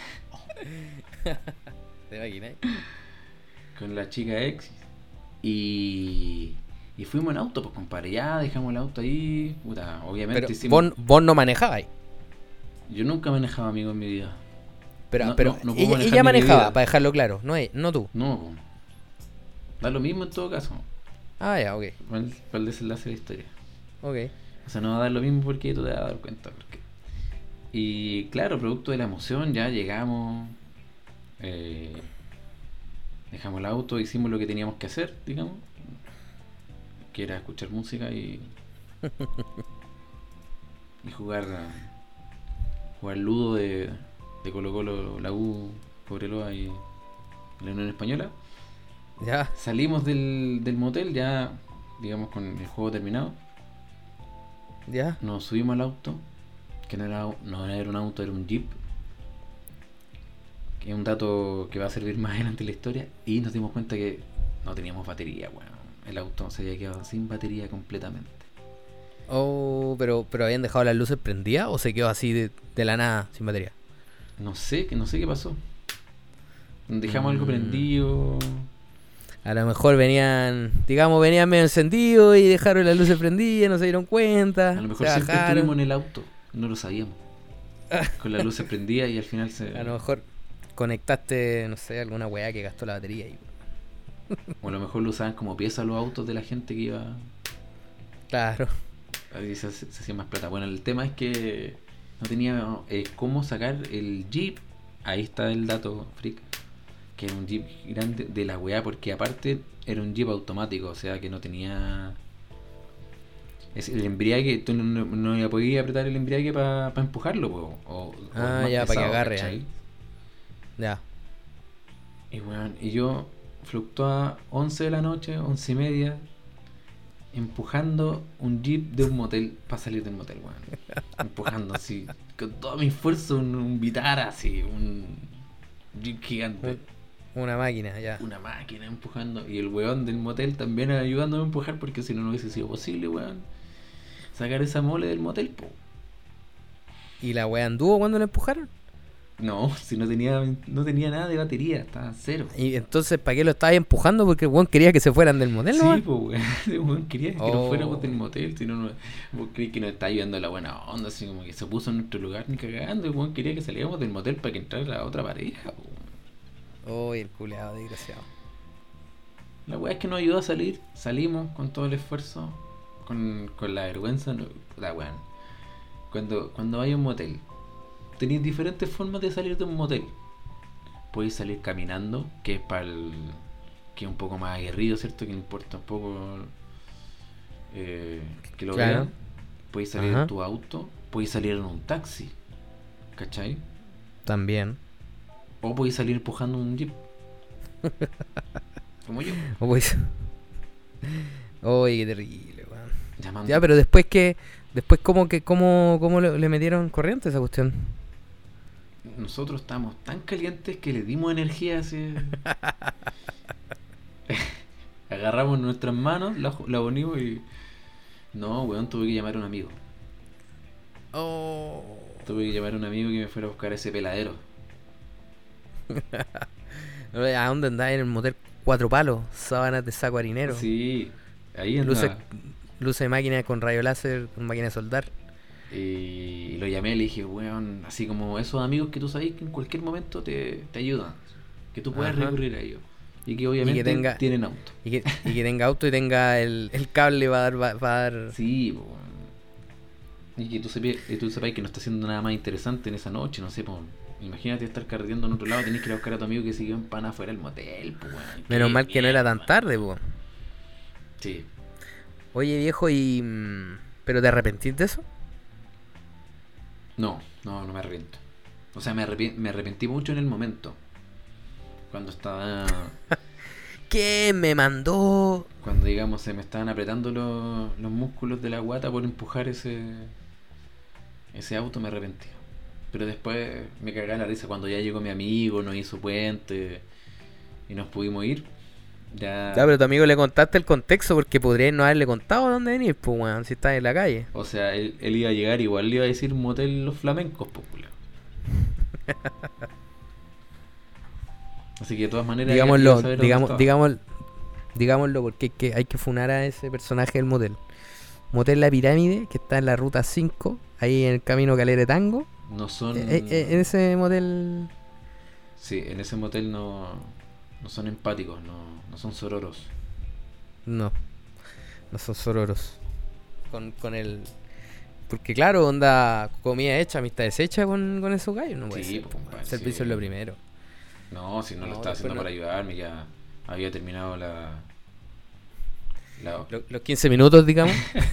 ¿Te imaginas? con la chica X y, y fuimos en auto, pues compadre. Ya dejamos el auto ahí. Puta, obviamente Pero hicimos- vos, vos no manejabais. Yo nunca manejaba, amigo, en mi vida. Pero, No- pero no- no puedo ella, manejar ella ni mi manejaba, vida. para dejarlo claro. No, e- no tú. No, po. Da lo mismo en todo caso. Ah, ya, ok. Para el, para el desenlace de la historia. Ok. O sea, no va a dar lo mismo porque tú te vas a dar cuenta. Porque... Y claro, producto de la emoción, ya llegamos. eh, dejamos el auto, hicimos lo que teníamos que hacer, digamos. Que era escuchar música y. y jugar. Jugar ludo de, de Colo Colo, la U, Cobreloa y la Unión Española. Ya. Salimos del, del motel ya, digamos, con el juego terminado. Ya. Nos subimos al auto, que no era, no era un auto, era un Jeep. Que es un dato que va a servir más adelante en la historia. Y nos dimos cuenta que no teníamos batería, bueno. El auto se había quedado sin batería completamente. Oh, pero, pero habían dejado las luces prendidas o se quedó así de, de la nada, sin batería. No sé, que no sé qué pasó. Dejamos algo Mm. prendido. A lo mejor venían, digamos, venían medio encendidos y dejaron las luces prendidas, no se dieron cuenta. A lo mejor se siempre bajaron. estuvimos en el auto, no lo sabíamos. Con las luces prendidas y al final se. A lo mejor conectaste, no sé, alguna weá que gastó la batería. Y... O a lo mejor lo usaban como pieza los autos de la gente que iba. Claro. Ahí se, se hacía más plata. Bueno, el tema es que no tenía eh, cómo sacar el Jeep. Ahí está el dato, freak. Que era un Jeep grande de la weá, porque aparte era un Jeep automático, o sea que no tenía. Es el embriague, tú no, no, no iba a poder apretar el embriague para pa empujarlo, po, o, o Ah, más ya, pa' que pesado, agarre, ¿cachai? Ya. Y weón, y yo fluctuaba once de la noche, once y media, empujando un Jeep de un motel para salir del motel, weón. Empujando así, con todo mi esfuerzo, un, un Vitara así, un Jeep gigante. Una máquina, ya. Una máquina empujando. Y el weón del motel también ayudándome a empujar porque si no, no hubiese sido posible, weón. Sacar esa mole del motel, po. ¿Y la weá anduvo cuando la empujaron? No, si no tenía, no tenía nada de batería, estaba cero. ¿Y entonces para qué lo estabas empujando? Porque el weón quería que se fueran del motel, ¿no? Sí, pues, weón. El weón quería que no Oh. fuéramos del motel, si no, no. Vos creí que nos está ayudando la buena onda, así como que se puso en nuestro lugar ni cagando. El weón quería que saliéramos del motel para que entrara la otra pareja, po. Oh, el culeado desgraciado. La weá es que nos ayudó a salir, salimos con todo el esfuerzo, con, con la vergüenza, no, la weón. Cuando, cuando hay un motel, tenéis diferentes formas de salir de un motel. Podéis salir caminando, que es para el. Que es un poco más aguerrido, ¿cierto? Que le importa un poco eh, que lo Claro. vean. Podéis salir Ajá. en tu auto, podéis salir en un taxi, ¿cachai? También. O podéis salir empujando un jeep. Como yo. Oh, pues. Oye, qué terrible, weón. Llamando. Ya, pero después que Después, ¿cómo, que, cómo, cómo le, le metieron corriente a esa cuestión? Nosotros estábamos tan calientes que le dimos energía así. Agarramos nuestras manos, la, la unimos y... No, weón, tuve que llamar a un amigo. Oh. Tuve que llamar a un amigo que me fuera a buscar ese peladero. ¿A dónde andás? En el motel Cuatro Palos, sábanas de saco harinero. Sí, ahí andaba. Luces, luces de máquina con rayo láser, con máquina de soldar. Y lo llamé y le dije, weón, así como esos amigos que tú sabes que en cualquier momento te, te ayudan, que tú puedes Ajá. recurrir a ellos. Y que obviamente Y que tenga- tienen auto. Y que, y que tenga auto y tenga el, el cable va a dar... Va, va a dar... Sí, po, weón. Y que tú sepas, y tú sepas que no está haciendo nada más interesante en esa noche, no sé, po. Imagínate estar carreteando en otro lado, tenés que ir a buscar a tu amigo que siguió en pana afuera del motel, po, weón. Menos Qué mal que no era tan mierda. tarde, po. Sí. Oye, viejo, y... mm, ¿pero te arrepentís de eso? No, no, no me arrepiento. O sea, me, arrepi- me arrepentí mucho en el momento. Cuando estaba... ¿Qué me mandó? Cuando, digamos, se me estaban apretando los, los músculos de la guata por empujar ese ese auto, me arrepentí. Pero después me cagaba la risa cuando ya llegó mi amigo, nos hizo puente y nos pudimos ir. Ya, Ya, pero tu amigo le contaste el contexto porque podrías no haberle contado dónde venís, pues, weón, si estás en la calle. o sea, él, él iba a llegar, igual le iba a decir motel Los Flamencos, popular. Así que de todas maneras iba- iba a Digámoslo, saber dónde digamos, estaba. digamos, digámoslo porque hay que, hay que funar a ese personaje del motel. Motel La Pirámide, que está en la ruta cinco, ahí en el camino Calera Tango. No son... Eh, eh, en ese motel... Sí, en ese motel no, no son empáticos, no, no son sororos. No, no son sororos. Con, con el... Porque claro, onda comida hecha, amistad deshecha con, con esos gallos, no puede Sí, ser, pues, po, compadre, el servicio sí. es lo primero. No, si no, lo No, estaba haciendo después para no. ayudarme, ya había terminado la... la Lo- los quince minutos, digamos.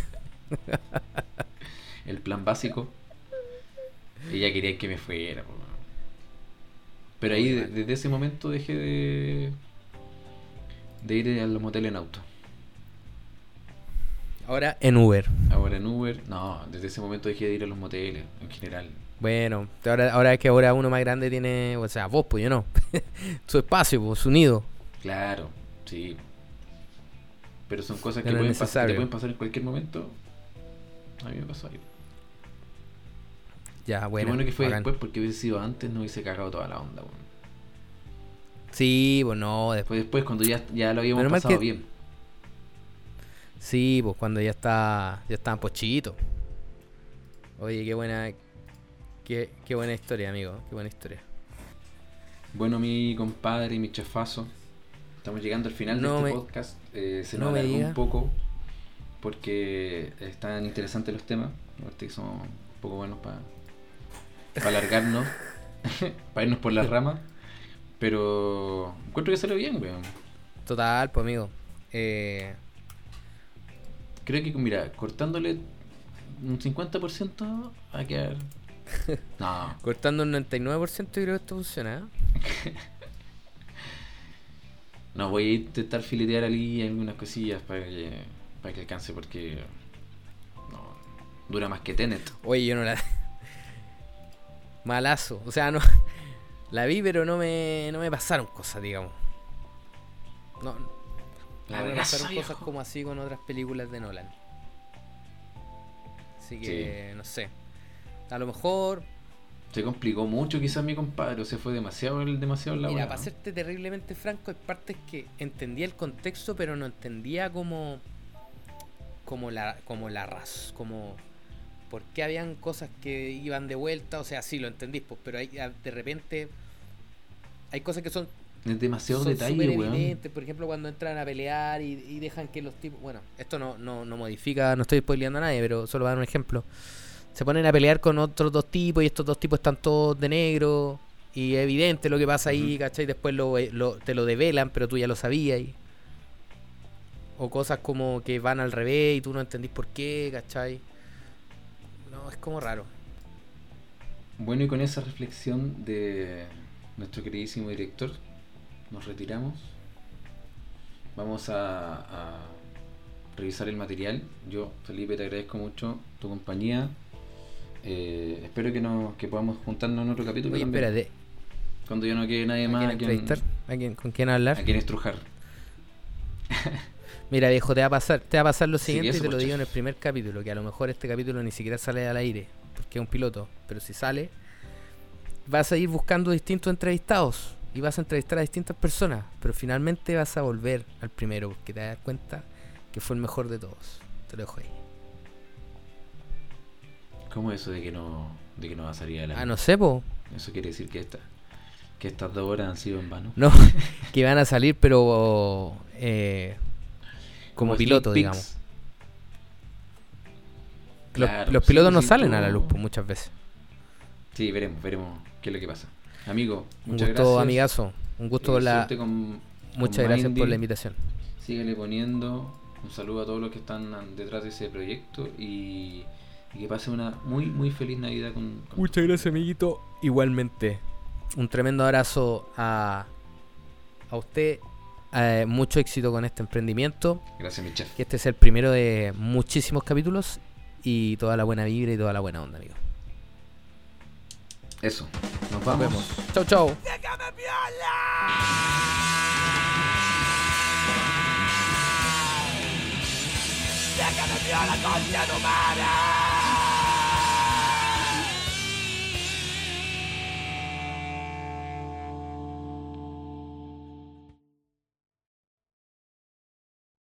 el plan básico. Ella quería que me fuera. po. Pero ahí, de- desde ese momento dejé de... de ir a los moteles en auto. Ahora en Uber. Ahora en Uber, no, desde ese momento dejé de ir a los moteles, en general. Bueno, ahora, ahora es que ahora uno más grande tiene, o sea, vos, pues yo no. Su espacio, pues, su nido. Claro, sí. Pero son cosas Ya que no es pueden pas- que te necesario. pueden pasar en cualquier momento. A mí me pasó ahí. Ya, Qué bueno. bueno que fue bacán. después, porque hubiese sido antes, no hubiese cagado toda la onda. Bueno. Sí, pues no, después. Fue después cuando ya, ya lo habíamos Menos mal pasado que- bien. Sí, pues cuando ya está, ya estaban pochitos. Oye, qué buena, qué, qué buena historia, amigo, qué buena historia. Bueno, mi compadre y mi chefazo, estamos llegando al final No de este me- podcast. Eh, se no nos me alargó diga. un poco porque están interesantes los temas. Aparte que son un poco buenos para alargarnos, para irnos por las ramas. Pero encuentro que salió bien, weón. Total, pues amigo. Eh, Creo que, mira, cortándole un cincuenta por ciento va a quedar... No, cortando un noventa y nueve por ciento yo creo que esto funciona, ¿eh? no, voy a intentar filetear ali algunas cosillas para que, para que alcance porque no, dura más que Tenet. Oye, yo no la... Malazo. O sea, no... La vi, pero no me, no me pasaron cosas, digamos. No, La no me verdad, pasaron viejo. cosas como así con otras películas de Nolan. Así que, no sé. A lo mejor... Se complicó mucho quizás mi compadre, o se fue demasiado, demasiado en la Mira, bola, para ¿no? serte terriblemente franco, hay partes que entendía el contexto, pero no entendía como... Como la, como la raz, como... ¿Por qué habían cosas que iban de vuelta? O sea, sí, lo entendís, pues, pero hay, de repente... Hay cosas que son Es demasiado son detalle, súper weón. evidentes, por ejemplo, cuando entran a pelear y, y dejan que los tipos... Bueno, esto no, no, no modifica, no estoy spoileando a nadie, pero solo voy a dar un ejemplo. Se ponen a pelear con otros dos tipos y estos dos tipos están todos de negro y es evidente lo que pasa ahí, Ujú. ¿cachai? Después lo, lo, te lo develan, pero tú ya lo sabías. Y... O cosas como que van al revés y tú no entendís por qué, ¿cachai? No, es como raro. Bueno, y con esa reflexión de nuestro queridísimo director, nos retiramos. Vamos a, a revisar el material. Yo, Felipe, te agradezco mucho tu compañía. Eh, espero que nos que podamos juntarnos en otro capítulo. Oye, también, espérate. cuando ya no quede nadie ¿A más quién a quien, entrevistar? ¿A quién, ¿Con quién hablar? a quien estrujar. Mira, viejo, te va a pasar, te va a pasar lo Sí, siguiente eso, y te lo pues, digo chef. en el primer capítulo, que a lo mejor este capítulo ni siquiera sale al aire, porque es un piloto, pero si sale, vas a ir buscando distintos entrevistados y vas a entrevistar a distintas personas, pero finalmente vas a volver al primero, porque te vas a dar cuenta que fue el mejor de todos. Te lo dejo ahí. ¿Cómo eso de que no de que no va a salir adelante? Ah, no sé, po. Eso quiere decir que esta que estas dos horas han sido en vano. No, que van a salir, pero eh, como, Como piloto, sneak digamos. peeks. Los, Claro, los sí, pilotos no sí, salen tú- a la luz, pues, muchas veces. Sí, veremos, veremos qué es lo que pasa. Amigo, Un muchas gusto, gracias. amigazo. Un gusto Eh, con la... suerte con- Muchas con gracias por Mindy. la invitación. Síguele poniendo. Un saludo a todos los que están detrás de ese proyecto y, y que pase una muy, muy feliz Navidad con, con Muchas gracias, amiguito. Igualmente. Un tremendo abrazo a, a usted. Eh, mucho éxito con este emprendimiento. Gracias, mi chef. Que este es el primero de muchísimos capítulos. Y toda la buena vibra y toda la buena onda, amigo. Eso. Nos Nos vamos. vemos. Chau, chau. ¡Déjame viola! ¡Déjame viola, concha tu madre!